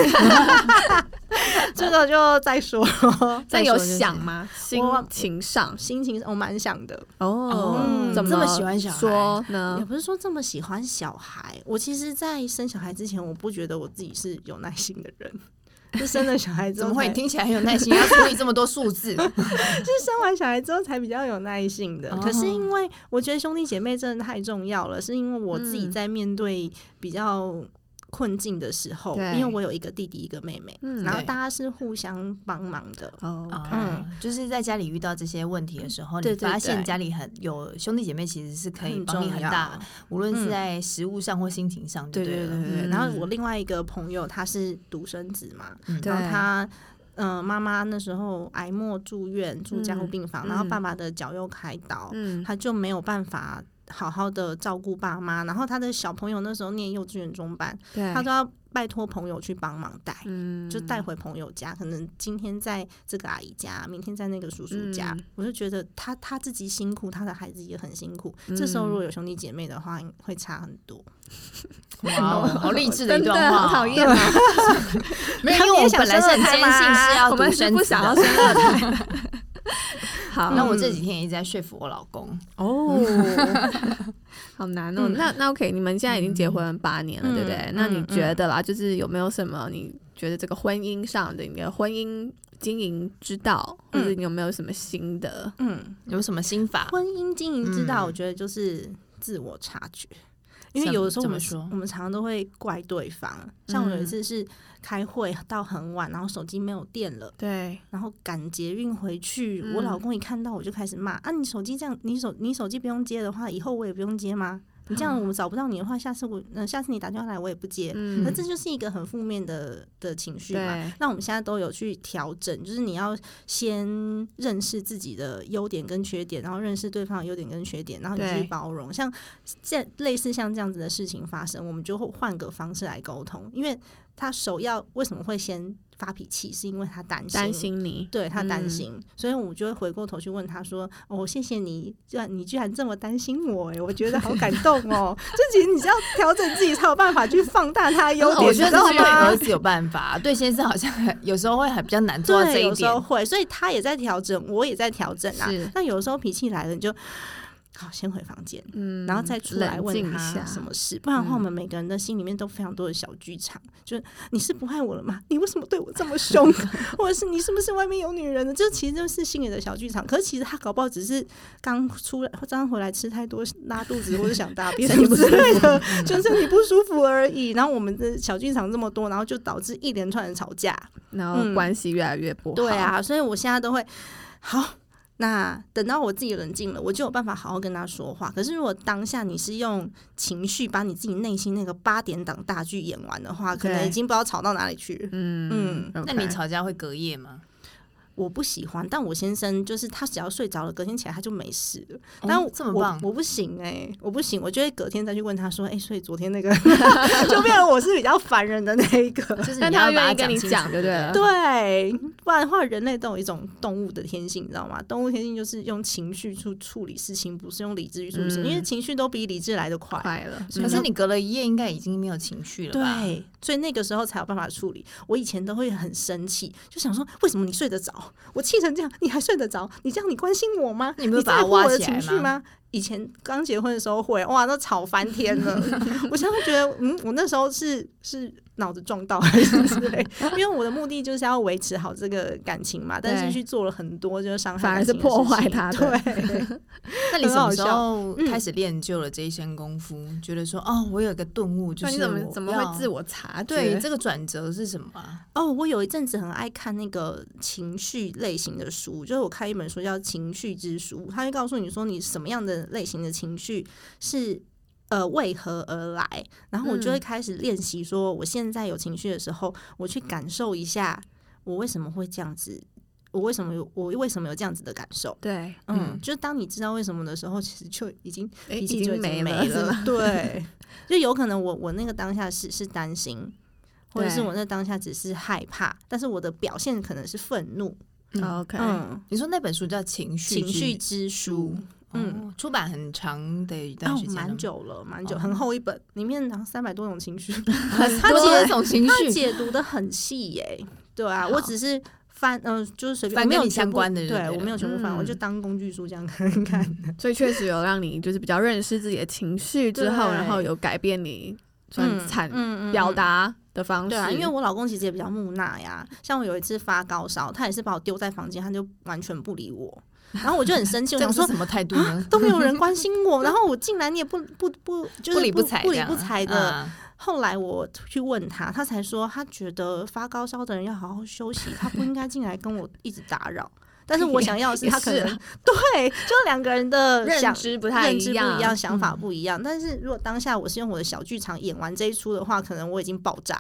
这个就再说。 再有想吗？心情上， 心情我蛮想的。 哦，嗯、怎么这么喜欢小孩说呢？ 也不是说这么喜欢小孩。我其实，在生小孩之前，我不觉得我自己是有耐心的人。就生了小孩之后， 怎么会听起来很有耐心？要处理这么多数字， 就是生完小孩之后才比较有耐性的。可是因为我觉得兄弟姐妹真的太重要了，是因为我自己在面对比较困境的时候，因为我有一个弟弟一个妹妹、嗯、然后大家是互相帮忙的、 哦 okay. 嗯，就是在家里遇到这些问题的时候，对对对，你发现家里很有兄弟姐妹其实是可以帮你很大，无论是在食物上或心情上，对对对对对、 嗯、然后我另外一个朋友他是独生子嘛、嗯、然后他嗯，妈妈那时候癌末住院住加护病房、嗯、然后爸爸的脚又开刀、嗯、他就没有办法好好的照顾爸妈，然后他的小朋友那时候念幼稚园中班， 对， 他都要拜托朋友去帮忙带， 嗯， 就带回朋友家，可能今天在这个阿姨家，明天在那个叔叔家， 嗯、 我就觉得他他自己辛苦，他的孩子也很辛苦。嗯、这时候如果有兄弟姐妹的话，会差很多。 哇，好励志的一段话， 好讨厌啊！ 没有，因为我本来是很坚信是要独生子不想要生二胎。好， 那我这几天也一直在说服我老公哦，好难哦。嗯、那那 OK， 你们现在已经结婚八年了，嗯、对不对？嗯、那你觉得啦，就是有没有什么你觉得这个婚姻上的你的婚姻经营之道，或者你有没有什么新的？ 嗯，有什么心法？ 婚姻经营之道，我觉得就是自我察觉。因为有的时候我们我们常常都会怪对方，像我有一次是开会到很晚，然后手机没有电了， 对， 然后赶捷运回去，嗯、我老公一看到我就开始骂啊，你手机这样，你手你手机不用接的话，以后我也不用接吗？你这样我们找不到你的话，下次我、呃、下次你打电话来我也不接，嗯，那这就是一个很负面的的情绪嘛。那我们现在都有去调整，就是你要先认识自己的优点跟缺点，然后认识对方的优点跟缺点，然后你去包容。像这类似像这样子的事情发生，我们就会换个方式来沟通，因为他首要为什么会先发脾气，是因为他担心担心你， 对他担心、嗯，所以我就会回过头去问他说：“哦，谢谢你，居然你居然这么担心我，哎，我觉得好感动哦。”就其实你是要调整自己才有办法去放大他的优点。 我觉得这是对儿子有办法，对先生好像有时候会还比较难做到这一点。 有时候会，所以他也在调整，我也在调整啊。那有时候脾气来了，你就。好，先回房间，嗯，然后再出来问他什么事，不然的话，我们每个人的心里面都非常多的小剧场，嗯、就是你是不爱我了吗？你为什么对我这么凶？或者是你是不是外面有女人呢？这其实就是心里的小剧场。可是其实他搞不好只是刚出来，刚回来吃太多拉肚子，或者想大便什么之类的，就身体不舒服而已。然后我们的小剧场这么多，然后就导致一连串的吵架， 然后关系越来越不好。 对啊，所以我现在都会好。那等到我自己冷静了，我就有办法好好跟他说话。可是如果当下你是用情绪把你自己内心那个八点档大剧演完的话，可能已经不知道吵到哪里去。 嗯嗯， okay. 那你吵架会隔夜吗？ 我不喜欢，但我先生就是他只要睡着了，隔天起来他就没事了。但我、 哦、这么棒， 我不行哎、欸，我不行，我就会隔天再去问他说，哎、欸，所以昨天那个就变成我是比较烦人的那一个， 就是但他愿意跟你讲，对不对？ 对，不然的话，人类都有一种动物的天性，你知道吗？动物天性就是用情绪去处理事情，不是用理智去处理事情，嗯、因为情绪都比理智来得快快了。 可是你隔了一夜，应该已经没有情绪了吧？ 对，所以那个时候才有办法处理。我以前都会很生气，就想说，为什么你睡得着？我气成这样。你还睡得着？你这样你关心我吗？ 你不是把他挖起来吗？ 你在乎我的情绪吗？以前刚结婚的时候会，哇，都吵翻天了。我现在会觉得，嗯，我那时候是是脑子撞到还是之类，因为我的目的就是要维持好这个感情嘛，但是去做了很多就是伤害感情的事情， 反而是破坏他的。 对， 那你什么时候开始练就了这一身功夫？嗯、觉得说，哦，我有一个顿悟，就是你怎么怎么会自我察觉？ 对，这个转折是什么、啊？ 哦，我有一阵子很爱看那个情绪类型的书，就是我看一本书叫《情绪之书》，它会告诉你说你什么样的类型的情绪是呃为何而来，然后我就会开始练习说，我现在有情绪的时候，我去感受一下我为什么会这样子。我为什么有我为什么有这样子的感受？ 对， 嗯，嗯就是当你知道为什么的时候，其实就已经脾气就已经没了。了对，就有可能我我那个当下是是担心，或者是我那当下只是害怕，但是我的表现可能是愤怒。 嗯、OK， 嗯， 你说那本书叫《情绪情绪之书》， 嗯，出版很长的一段时间， 蛮、哦、久了，蛮久，很厚一本，里面好像三百多种情绪， 很多种情绪， 他解读的很细耶、欸。对啊，我只是。翻嗯、呃，就是随便， 翻跟你相关的， 对, 对我没有全部翻、嗯，我就当工具书这样看看。 所以确实有让你就是比较认识自己的情绪之后，然后有改变你算惨、嗯、表达的方式。 对啊，因为我老公其实也比较木讷呀，像我有一次发高烧，他也是把我丢在房间，他就完全不理我。然后我就很生气，我想说什么态度呢、 啊？都没有人关心我，然后我进来你也不不不就是不理不睬不理不睬的。 嗯后来我去问他，他才说他觉得发高烧的人要好好休息，他不应该进来跟我一直打扰。但是我想要的是他可能对，就两个人的认知不太一样， 认知不一样，想法不一样。嗯、但是如果当下我是用我的小剧场演完这一出的话，可能我已经爆炸了。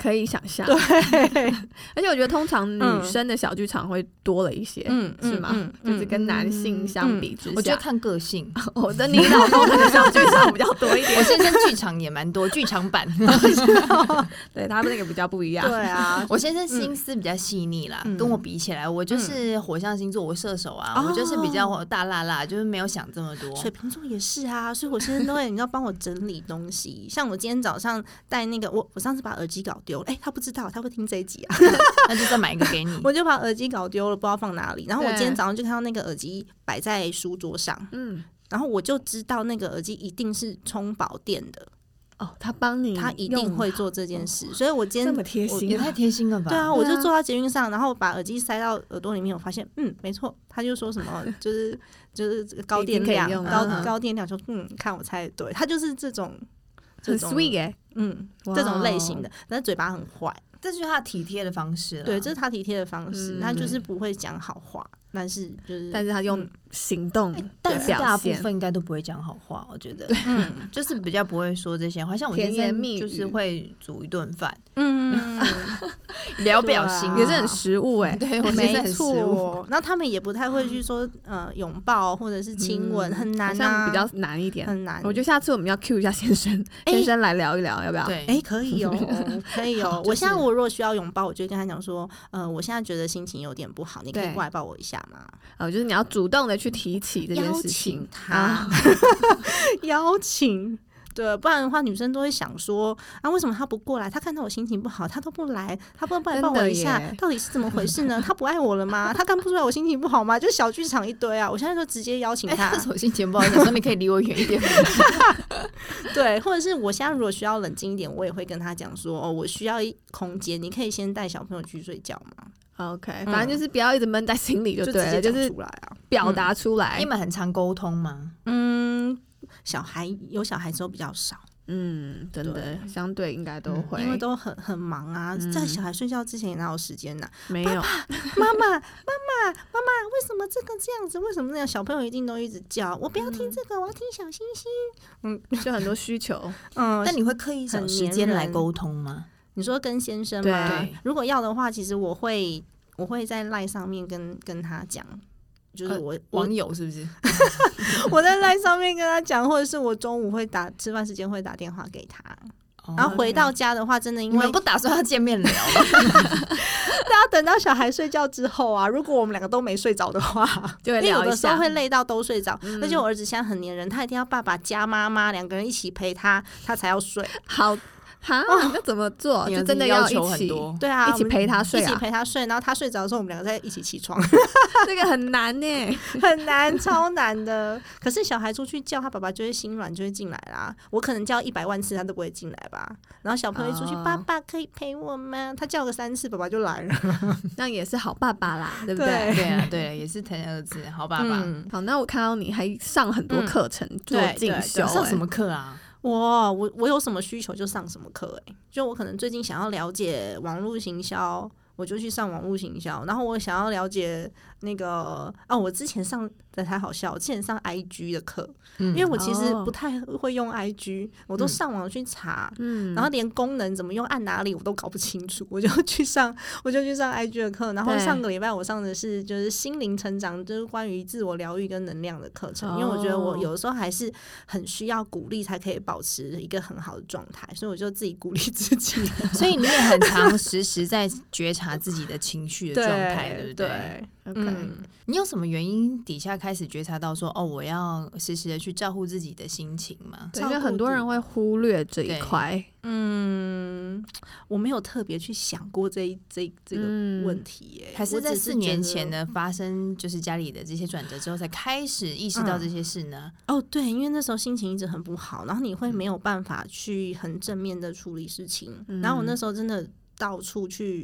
可以想象。 对， 而且我觉得通常女生的小剧场会多了一些，嗯，是吗？嗯嗯、就是跟男性相比之下，嗯、 我觉得看个性。 我的你老公的小剧场比较多一点， 我先生剧场也蛮多，剧场版。 对他们那个比较不一样。 对啊， 我先生心思比较细腻啦，嗯、跟我比起来，我就是火象星座，我射手啊，嗯、我就是比较大辣辣，就是没有想这么多。 水瓶座也是啊，所以我先生都会你要帮我整理东西。像我今天早上带那个，我我上次把耳机搞丢了，哎、欸，他不知道，他会听这一集啊， 那就再买一个给你。 我就把耳机搞丢了，不知道放哪里。然后我今天早上就看到那个耳机摆在书桌上，嗯，然后我就知道那个耳机一定是充饱电的。 哦，他帮你， 他一定会做这件事，所以我今天这么贴心， 也太贴心了吧？ 对啊，我就坐到捷运上，然后把耳机塞到耳朵里面，我发现，嗯，没错，他就说什么，就是就是高电量，高高电量，说嗯，看我猜对，他就是这种很 sweet 哎， 嗯，这种类型的，但是嘴巴很坏， 这就是他体贴的方式了。 对，这是他体贴的方式，他就是不会讲好话。但是就是， 但是他用行动、嗯， 但是大部分应该都不会讲好话，我觉得，嗯，就是比较不会说这些话。像我先生就是会煮一顿饭，嗯，聊表情、啊、 也是很实务哎、欸， 对，我先生很实务。 然后他们也不太会去说呃拥抱或者是亲吻，嗯、很难、啊， 好像比较难一点， 很难。 我觉得下次我们要 cue 一下先生，欸、先生来聊一聊，要不要？ 对，哎、欸，可以哦，可以哦。我现在我如果需要拥抱，我就会跟他讲说，呃，我现在觉得心情有点不好，你可以过来抱我一下吗？ 呃，就是你要主动的去提起这件事情， 邀请他，邀请，对，不然的话，女生都会想说啊，为什么他不过来？他看到我心情不好，他都不来，他不不来抱我一下，到底是怎么回事呢？他不爱我了吗？他看不出来我心情不好吗？就小剧场一堆啊！我现在就直接邀请他， 欸、我心情不好，想说你可以离我远一点。 对，或者是我现在如果需要冷静一点，我也会跟他讲说，哦，我需要一空间，你可以先带小朋友去睡觉吗 ？OK，、嗯、反正就是不要一直闷在心里就对了，就, 就是表达出来。 嗯、你们很常沟通吗？ 嗯，小孩有小孩之后比较少。 嗯，真的，相对应该都会、 嗯，因为都很很忙啊，嗯、在小孩睡觉之前也哪有时间呢、啊？ 没有， 妈妈，妈妈，妈妈，妈妈，为什么这个这样子？为什么那样？小朋友一定都一直叫，我不要听这个，嗯、我要听小星星。 嗯，就很多需求。 嗯，但你会刻意找时间来沟通吗？ 你说跟先生吗？对，如果要的话，其实我会我会在 LINE 上面跟跟他讲。就是我、呃、 网友是不是？ 我在 LINE 上面跟他讲，或者是我中午会打吃饭时间会打电话给他，哦、然后回到家的话，真的因为你们不打算要见面聊吗？ 大家等到小孩睡觉之后啊，如果我们两个都没睡着的话， 就会聊一下，因为有的时候会累到都睡着、嗯。而且我儿子现在很黏人，他一定要爸爸加妈妈两个人一起陪他，他才要睡。 好。哈，那怎么做？就真的要一起， 对啊， 一起陪他睡、啊， 一起陪他睡，然后他睡着的时候，我们两个再一起起床。 这个很难呢， 很难，超难的。可是小孩出去叫他爸爸，就会心软，就会进来啦。我可能叫一百万次，他都不会进来吧。然后小朋友一出去，哦、爸爸可以陪我吗？他叫个三次，爸爸就来了。 那也是好爸爸啦，对不对？ 对, 对啊，对啊，也是疼儿子，好爸爸、 嗯。好，那我看到你还上很多课程、嗯、做进修、欸， 上什么课啊？ 我我我有什么需求就上什么课哎、欸，就我可能最近想要了解网络行销，我就去上网络行销。然后我想要了解那个啊，我之前上的才好笑，我之前上 I G 的课、嗯，因为我其实不太会用 I G，、嗯、我都上网去查，嗯，然后连功能怎么用按哪里我都搞不清楚，我就去上我就去上 I G 的课。然后上个礼拜我上的是就是心灵成长，就是关于自我疗愈跟能量的课程、哦，因为我觉得我有的时候还是很需要鼓励才可以保持一个很好的状态，所以我就自己鼓励自己。 所以你也很常时时在觉察自己的情绪的状态，对不对？ 对 OK，、 嗯、 你有什么原因底下开始觉察到说，哦，我要时时的去照顾自己的心情吗？ 对，因为很多人会忽略这一块。 嗯，我没有特别去想过这一这这个问题耶、欸， 还是在四年前呢发生就是家里的这些转折之后，才开始意识到这些事呢？ 嗯、哦，对，因为那时候心情一直很不好，然后你会没有办法去很正面的处理事情，嗯、然后我那时候真的到处去。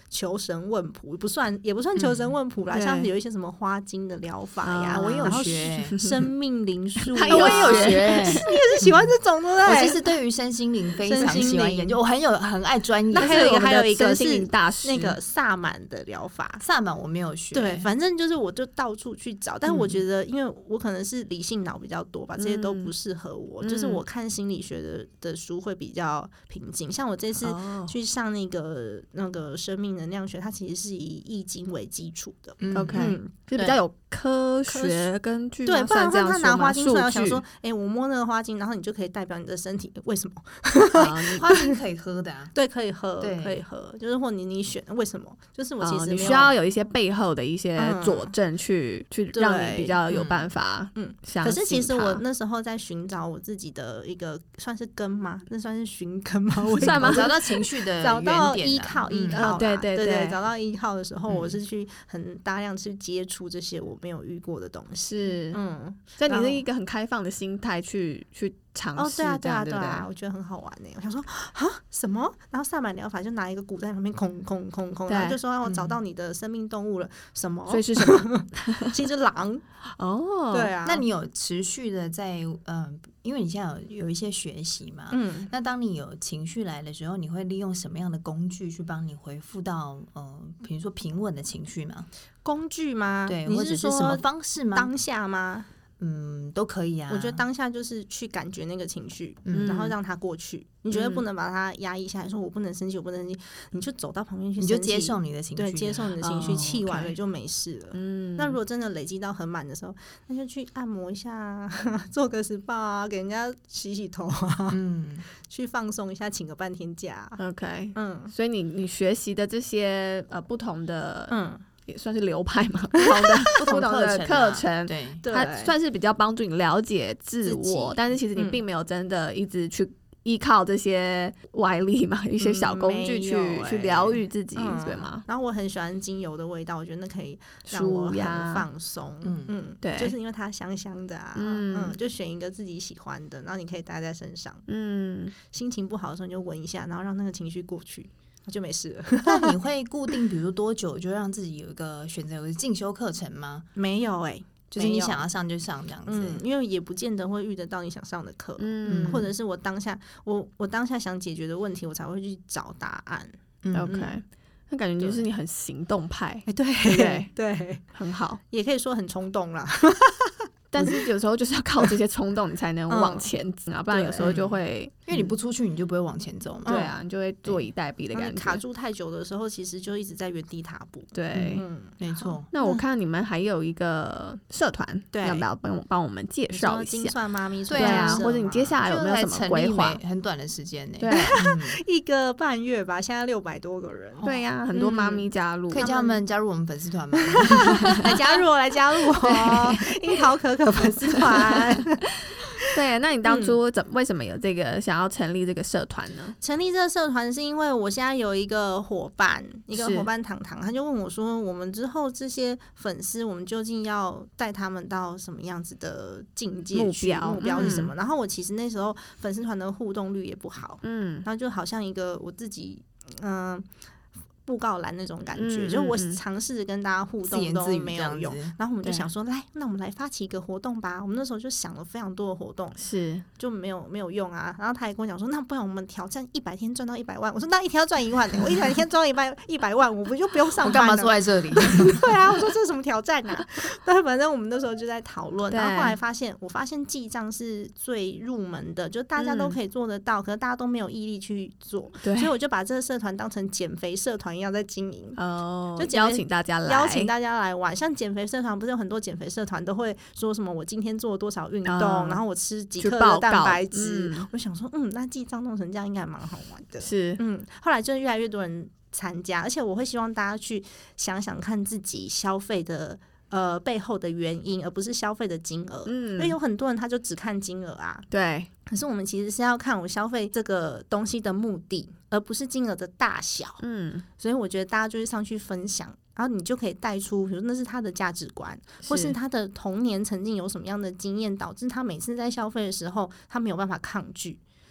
求神问卜，不算也不算求神问卜啦，嗯、像是有一些什么花精的疗法呀， 啊、我也有学生命灵数，我也有学， 你也是喜欢这种对不对？ 我其实对于身心灵非常喜欢研究，我很有很爱专业。 那还有一个还有一个是大师那个萨满的疗法， 萨满我没有学， 对，反正就是我就到处去找，但我觉得因为我可能是理性脑比较多吧，这些都不适合我，嗯、就是我看心理学的的书会比较平静。像我这次去上那个那个生命能量学，它其实是以易经为基础的。 嗯、OK，嗯、就比较有科学根据。 对，不然的话他拿花精出来，想说，哎、欸，我摸那个花精，然后你就可以代表你的身体，为什么？ 花精可以喝的啊？ 对，可以喝，可以喝，就是或你你选为什么？就是我其实、哦、 你需要有一些背后的一些佐证去、嗯、去让你比较有办法嗯相信它。 可是其实我那时候在寻找我自己的一个算是根吗？那算是寻根吗？我算吗？找到情绪的找到依靠，依靠、 嗯，对对对, 对对，找到依靠的时候，我是去很大量去接触这些我没有遇过的东西。 是，嗯，所以你是一个很开放的心态去去尝试。 哦，对啊，对啊， 对啊，我觉得很好玩呢。我想说啊，什么？然后萨满疗法就拿一个鼓在旁边空空空空，然后就说让我找到你的生命动物了，嗯、什么？ 所以是什么？ 是一只狼。 哦， 对啊。 那你有持续的在嗯、呃，因为你现在有有一些学习嘛，嗯，那当你有情绪来的时候，你会利用什么样的工具去帮你回复到呃，比如说平稳的情绪吗？ 工具吗？ 对， 你或者是什么方式吗？ 当下吗？ 嗯，都可以啊。 我觉得当下就是去感觉那个情绪，嗯、然后让它过去。你觉得不能把它压抑下来，说我不能生气，我不能生气，你就走到旁边去， 你就接受你的情绪， 对，接受你的情绪，气、 哦、 完了就没事了。嗯，那如果真的累积到很满的时候，那就去按摩一下，做个 S P A 啊，给人家洗洗头啊，嗯，去放松一下，请个半天假。 OK， 嗯，所以你你学习的这些呃不同的嗯。也算是流派嘛，不同的不同的课程， 对， 它算是比较帮助你了解自我，但是其实你并没有真的一直去依靠这些外力嘛，一些小工具去、嗯欸、去疗愈自己、嗯，对吗？ 然后我很喜欢精油的味道，我觉得那可以让我很放松，嗯嗯，对，就是因为它香香的啊，嗯, 嗯，就选一个自己喜欢的，然后你可以带在身上，嗯，心情不好的时候你就闻一下，然后让那个情绪过去。就没事了。 那你会固定比如多久就让自己有一个选择有一个进修课程吗？ 没有哎、欸， 就是你想要上就上这样子、 嗯、因为也不见得会遇得到你想上的课，嗯，或者是我当下我我当下想解决的问题我才会去找答案、 嗯、OK， 那感觉就是你很行动派、 欸、对对对对， 很好， 也可以说很冲动啦但是有时候就是要靠这些冲动你才能往前走、嗯、不然有时候就会、嗯、 因为你不出去你就不会往前走嘛、 嗯、对啊，你就会坐以待毙的感觉， 卡住太久的时候其实就一直在原地踏步， 对， 嗯，没错。 那我看你们还有一个社团、嗯、要不要帮帮我们介绍一下？ 精算妈咪， 对啊，或者你接下来有没有什么规划？ 很短的时间呢、 欸， 对、嗯，一个半月吧，现在六百多个人， 对呀、啊，很多妈咪加入、 嗯，可以叫他们加入我们粉丝团吗？ 来加入我，来加入我，樱桃可可粉丝团。 对，那你当初怎、嗯、为什么有这个想要成立这个社团呢？ 成立这个社团是因为我现在有一个伙伴，一个伙伴糖糖，他就问我说，我们之后这些粉丝，我们究竟要带他们到什么样子的境界去？目标目标是什么、嗯？然后我其实那时候粉丝团的互动率也不好，嗯，然后就好像一个我自己，嗯、呃。布告栏那种感觉，嗯、就我尝試着跟大家互动都没有用，然后我们就想说，来，那我们来发起一個活動吧。我們那時候就想了非常多的活動， 是就沒有沒有用啊。然後他也跟我講說，那不然我們挑戰一百天賺到一百萬。我說那一天要賺一萬、欸，我一百天賺到一百一百萬，我不就不用上班了？ 我幹嘛坐在這裡？ 對啊，我說這是什麼挑戰啊？但反正我們那時候就在討論，然後後來發現，我發現記賬是最入門的，就大家都可以做得到，嗯、可是大家都沒有毅力去做，所以我就把這個社團當成減肥社團一樣在經營。 哦、oh，就邀請大家來， 邀請大家來玩。像減肥社團，不是有很多減肥社團都會說什麼我今天做了多少運動、嗯，然後我吃幾克的蛋白質、嗯。我想說，嗯，那記賬弄成這樣應該蠻好玩的。 是， 嗯，後來就越來越多人參加，而且我會希望大家去想想看自己消費的呃背後的原因，而不是消費的金額。嗯，因為有很多人他就只看金額啊。 對。 可是我們其實是要看我消費這個東西的目的，而不是金額的大小。嗯，所以我覺得大家就是上去分享，然後你就可以帶出，比如那是他的價值觀，或是他的童年曾經有什麼樣的經驗，導致他每次在消費的時候，他沒有辦法抗拒。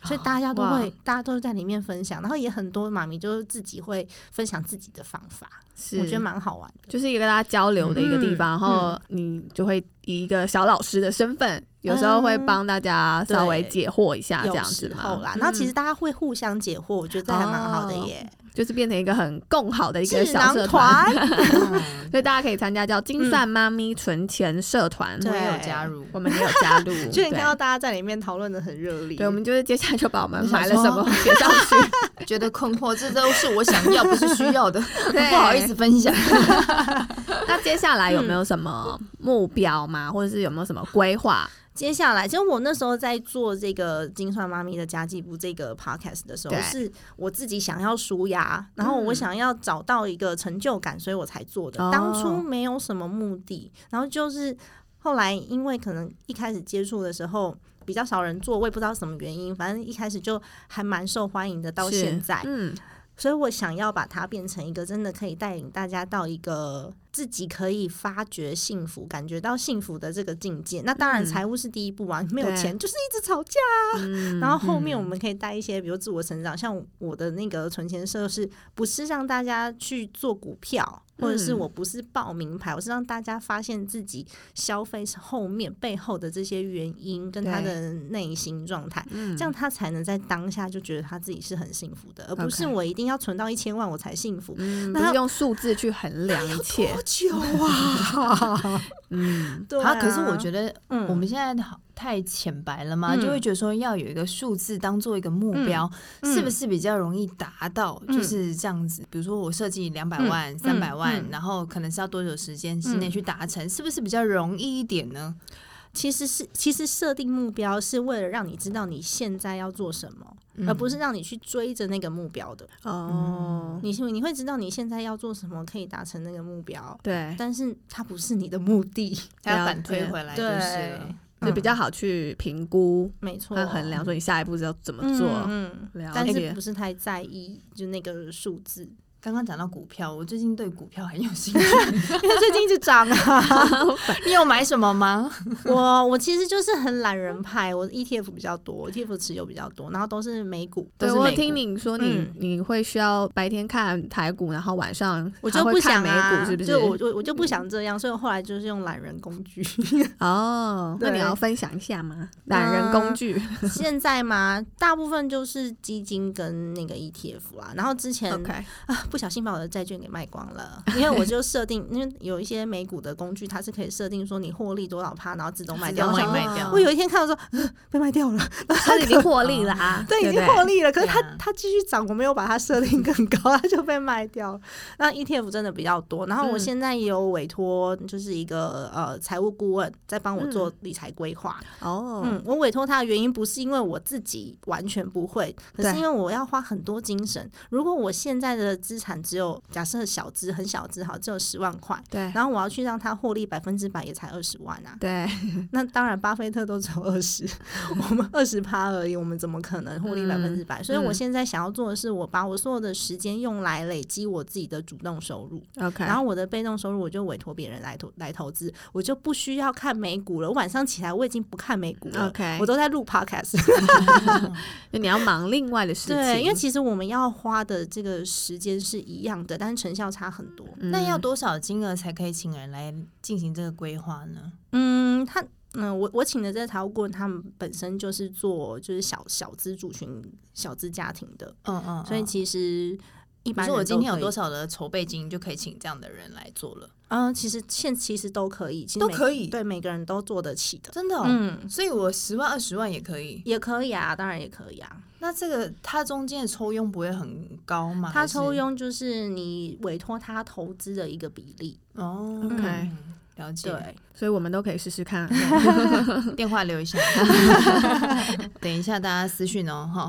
所以大家都会，大家都在里面分享，然后也很多妈咪就是自己会分享自己的方法，我觉得蛮好玩的， 就是一个跟大家交流的一个地方，嗯、然后你就会以一个小老师的身份，有时候会帮大家稍微解惑一下这样子嘛。 有时候啦，然后其实大家会互相解惑，我觉得这还蛮好的耶。哦， 就是变成一个很共好的一个小社团，所以大家可以参加叫金算妈咪存钱社团， 我也有加入， 我们也有加入， 就你看到大家在里面讨论的很热烈。 对，我们就是接下来就把我们买了什么写上去， 觉得困惑，这都是我想要不是需要的，不好意思分享。 那接下来有没有什么目标吗？或者是有没有什么规划？ 接下来，其实我那时候在做这个金算妈咪的家计部这个 podcast 的时候，是我自己想要抒压，然后我想要找到一个成就感，所以我才做的。当初没有什么目的，然后就是后来因为可能一开始接触的时候比较少人做，我也不知道什么原因，反正一开始就还蛮受欢迎的，到现在，嗯，所以我想要把它变成一个真的可以带领大家到一个自己可以发掘幸福、感觉到幸福的这个境界。那当然财务是第一步啊，嗯、没有钱就是一直吵架啊、嗯、然后后面我们可以带一些比如自我成长，像我的那个存钱社是不是让大家去做股票，或者是我不是报名牌，我是让大家发现自己消费后面背后的这些原因跟他的内心状态，这样他才能在当下就觉得他自己是很幸福的，而不是我一定要存到一千万我才幸福， 嗯、不是用数字去衡量一切。 久啊， 嗯， 对啊。可是我觉得我们现在太浅白了嘛、嗯，就会觉得说要有一个数字当做一个目标、嗯，是不是比较容易达到？嗯、就是这样子。比如说我设计两百万、三、嗯、百万、嗯，然后可能是要多久时间之内去达成、嗯，是不是比较容易一点呢？ 其实是，其实设定目标是为了让你知道你现在要做什么，嗯、而不是让你去追着那个目标的。 哦， 你你会知道你现在要做什么可以达成那个目标， 对， 但是它不是你的目的， 它要反推回来就是了。 就比较好去评估， 没错， 和衡量说你下一步要怎么做， 嗯，嗯但是不是太在意就那个数字。 刚刚讲到股票，我最近对股票很有兴趣， 因为最近一直涨啊。 你有买什么吗？ 我我其实就是很懒人派，我 E T F 比较多 ，E T F 持有比较多，然后都是美股。 对， 都是美股我听你说你、嗯、你会需要白天看台股，然后晚上我就不想美股，是不是？ 就我我我就不想这样，所以我后来就是用懒人工具。 哦，那你要分享一下吗？懒人工具、 嗯、现在嘛，大部分就是基金跟那个 E T F 啊，然后之前、 okay. 啊。不小心把我的债券给卖光了，因为我就设定，因为有一些美股的工具，它是可以设定说你获利多少趴，然后自动卖掉。 自动卖掉。 我有一天看到说、呃、被卖掉了， 它已经获利了、啊， 对，已经获利了。可是它它继续涨，我没有把它设定更高，它就被卖掉了。那 E T F 真的比较多，然后我现在也有委托，就是一个呃财务顾问在帮我做理财规划。 哦、 嗯，嗯，我委托他的原因不是因为我自己完全不会，可是因为我要花很多精神。如果我现在的资产只有假设小资很小资好，只有十万块， 对， 然后我要去让他获利百分之百，也才二十万啊， 对， 那当然巴菲特都只有二十，我们二十趴而已，我们怎么可能获利百分之百？所以我现在想要做的是，我把我所有的时间用来累积我自己的主动收入 ，OK， 然后我的被动收入我就委托别人来投来投资，我就不需要看美股了。我晚上起来我已经不看美股了 ，OK， 我都在录 podcast， 你要忙另外的事情， 对，因为其实我们要花的这个时间是一样的，但是成效差很多。 嗯、那要多少金额才可以请人来进行这个规划呢？ 嗯，他嗯，我我请的这个财务顾问，他们本身就是做就是小小资族群、小资家庭的， 嗯嗯， 所以其实一般人都可以。 我今天有多少的筹备金，就可以请这样的人来做了。 嗯，其实现其实都可以，其实都可以， 对，每个人都做得起的， 真的、哦。嗯，所以我十万、二十万也可以， 也可以啊，当然也可以啊。 那这个它中间的抽佣不会很高吗？ 它抽佣就是你委托他投资的一个比例。 哦 ，OK，、 嗯、了解。 对， 所以我们都可以试试看。 电话留一下，等一下大家私讯哦，哈。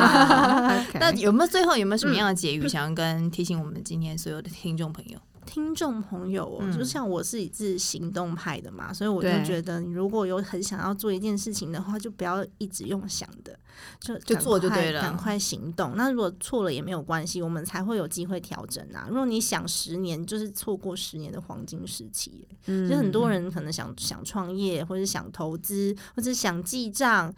okay. 那有没有最后有没有什么样的结语、嗯、想要跟提醒我们今天所有的听众朋友？ 听众朋友、哦嗯，就像我是是行动派的嘛，所以我就觉得你如果有很想要做一件事情的话，就不要一直用想的，就就做就对了， 赶快行动。那如果错了也没有关系，我们才会有机会调整啊。如果你想十年，就是错过十年的黄金时期。嗯，就很多人可能想想创业，或者想投资，或者想记账。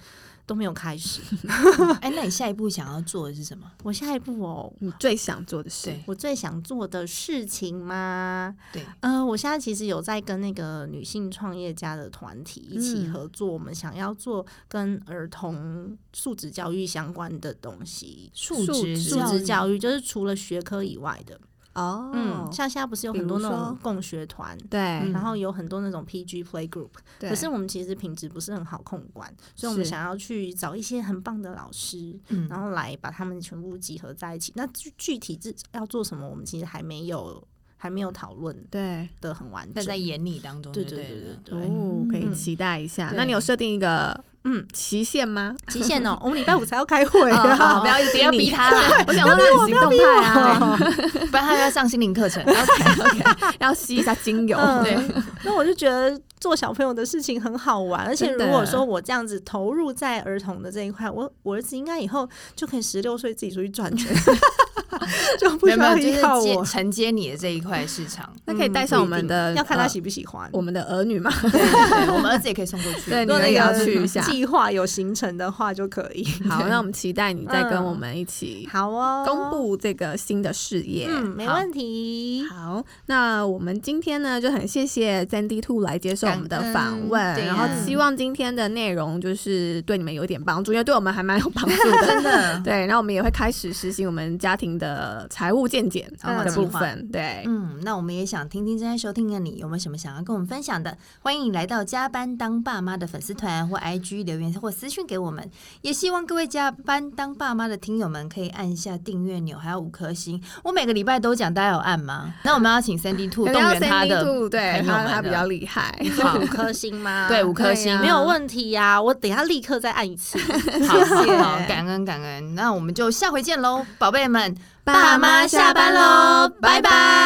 都没有开始。 哎，那你下一步想要做的是什么？ 我下一步哦， 你最想做的事？ 我最想做的事情吗？ 对， 呃，我现在其实有在跟那个女性创业家的团体一起合作，嗯、我们想要做跟儿童素质教育相关的东西。 素质素质教育就是除了学科以外的。 哦， 嗯，像现在不是有很多那种共学团， 对， 然后有很多那种 P G Play Group， 可是我们其实品质不是很好控管，所以我们想要去找一些很棒的老师，然后来把他们全部集合在一起。那具体要做什么，我们其实还没有。还没有讨论， 对的很完整， 但在眼里当中， 对对对对对， 哦，可以期待一下。那你有设定一个嗯期限吗？ 期限哦，我们礼拜五才要开会啊，不要不要逼他啦！我想说他很行动派啊， 不然他要上心灵课程。 OK OK， 要吸一下精油。 对，那我就觉得做小朋友的事情很好玩，而且如果说我这样子投入在儿童的这一块，我我儿子应该以后就可以十六岁自己出去赚钱。就不需要依靠我承接你的这一块市场， 那可以带上我们的， 要看他喜不喜欢我们的儿女嘛？ 对对对，我们儿子也可以送过去。 对，你们也要去一下。 计划有行程的话就可以。 好，那我们期待你再跟我们一起好哦， 公布这个新的事业。 嗯，没问题。 好，那我们今天呢就很谢谢 Sandy Two 来接受我们的访问，然后希望今天的内容就是对你们有一点帮助，因为对我们还蛮有帮助的， 真的。 对，然后我们也会开始实行我们家庭的财务健检的部分。对， 嗯，那我们也想听听正在收听的你有没有什么想要跟我们分享的，欢迎来到加班当爸妈的粉丝团或 I G 留言或私讯给我们。也希望各位加班当爸妈的听友们可以按下订阅钮，还有五颗星。我每个礼拜都讲，大家有按吗？那我们要请 Sandy Two 动员他的朋友们， 对，他他比较厉害， 好，五颗星吗？ 对，五颗星、 啊、没有问题呀、啊。我等一下立刻再按一次。 好，好，感恩感恩。那我们就下回见喽，宝贝们， 爸妈下班喽，拜拜。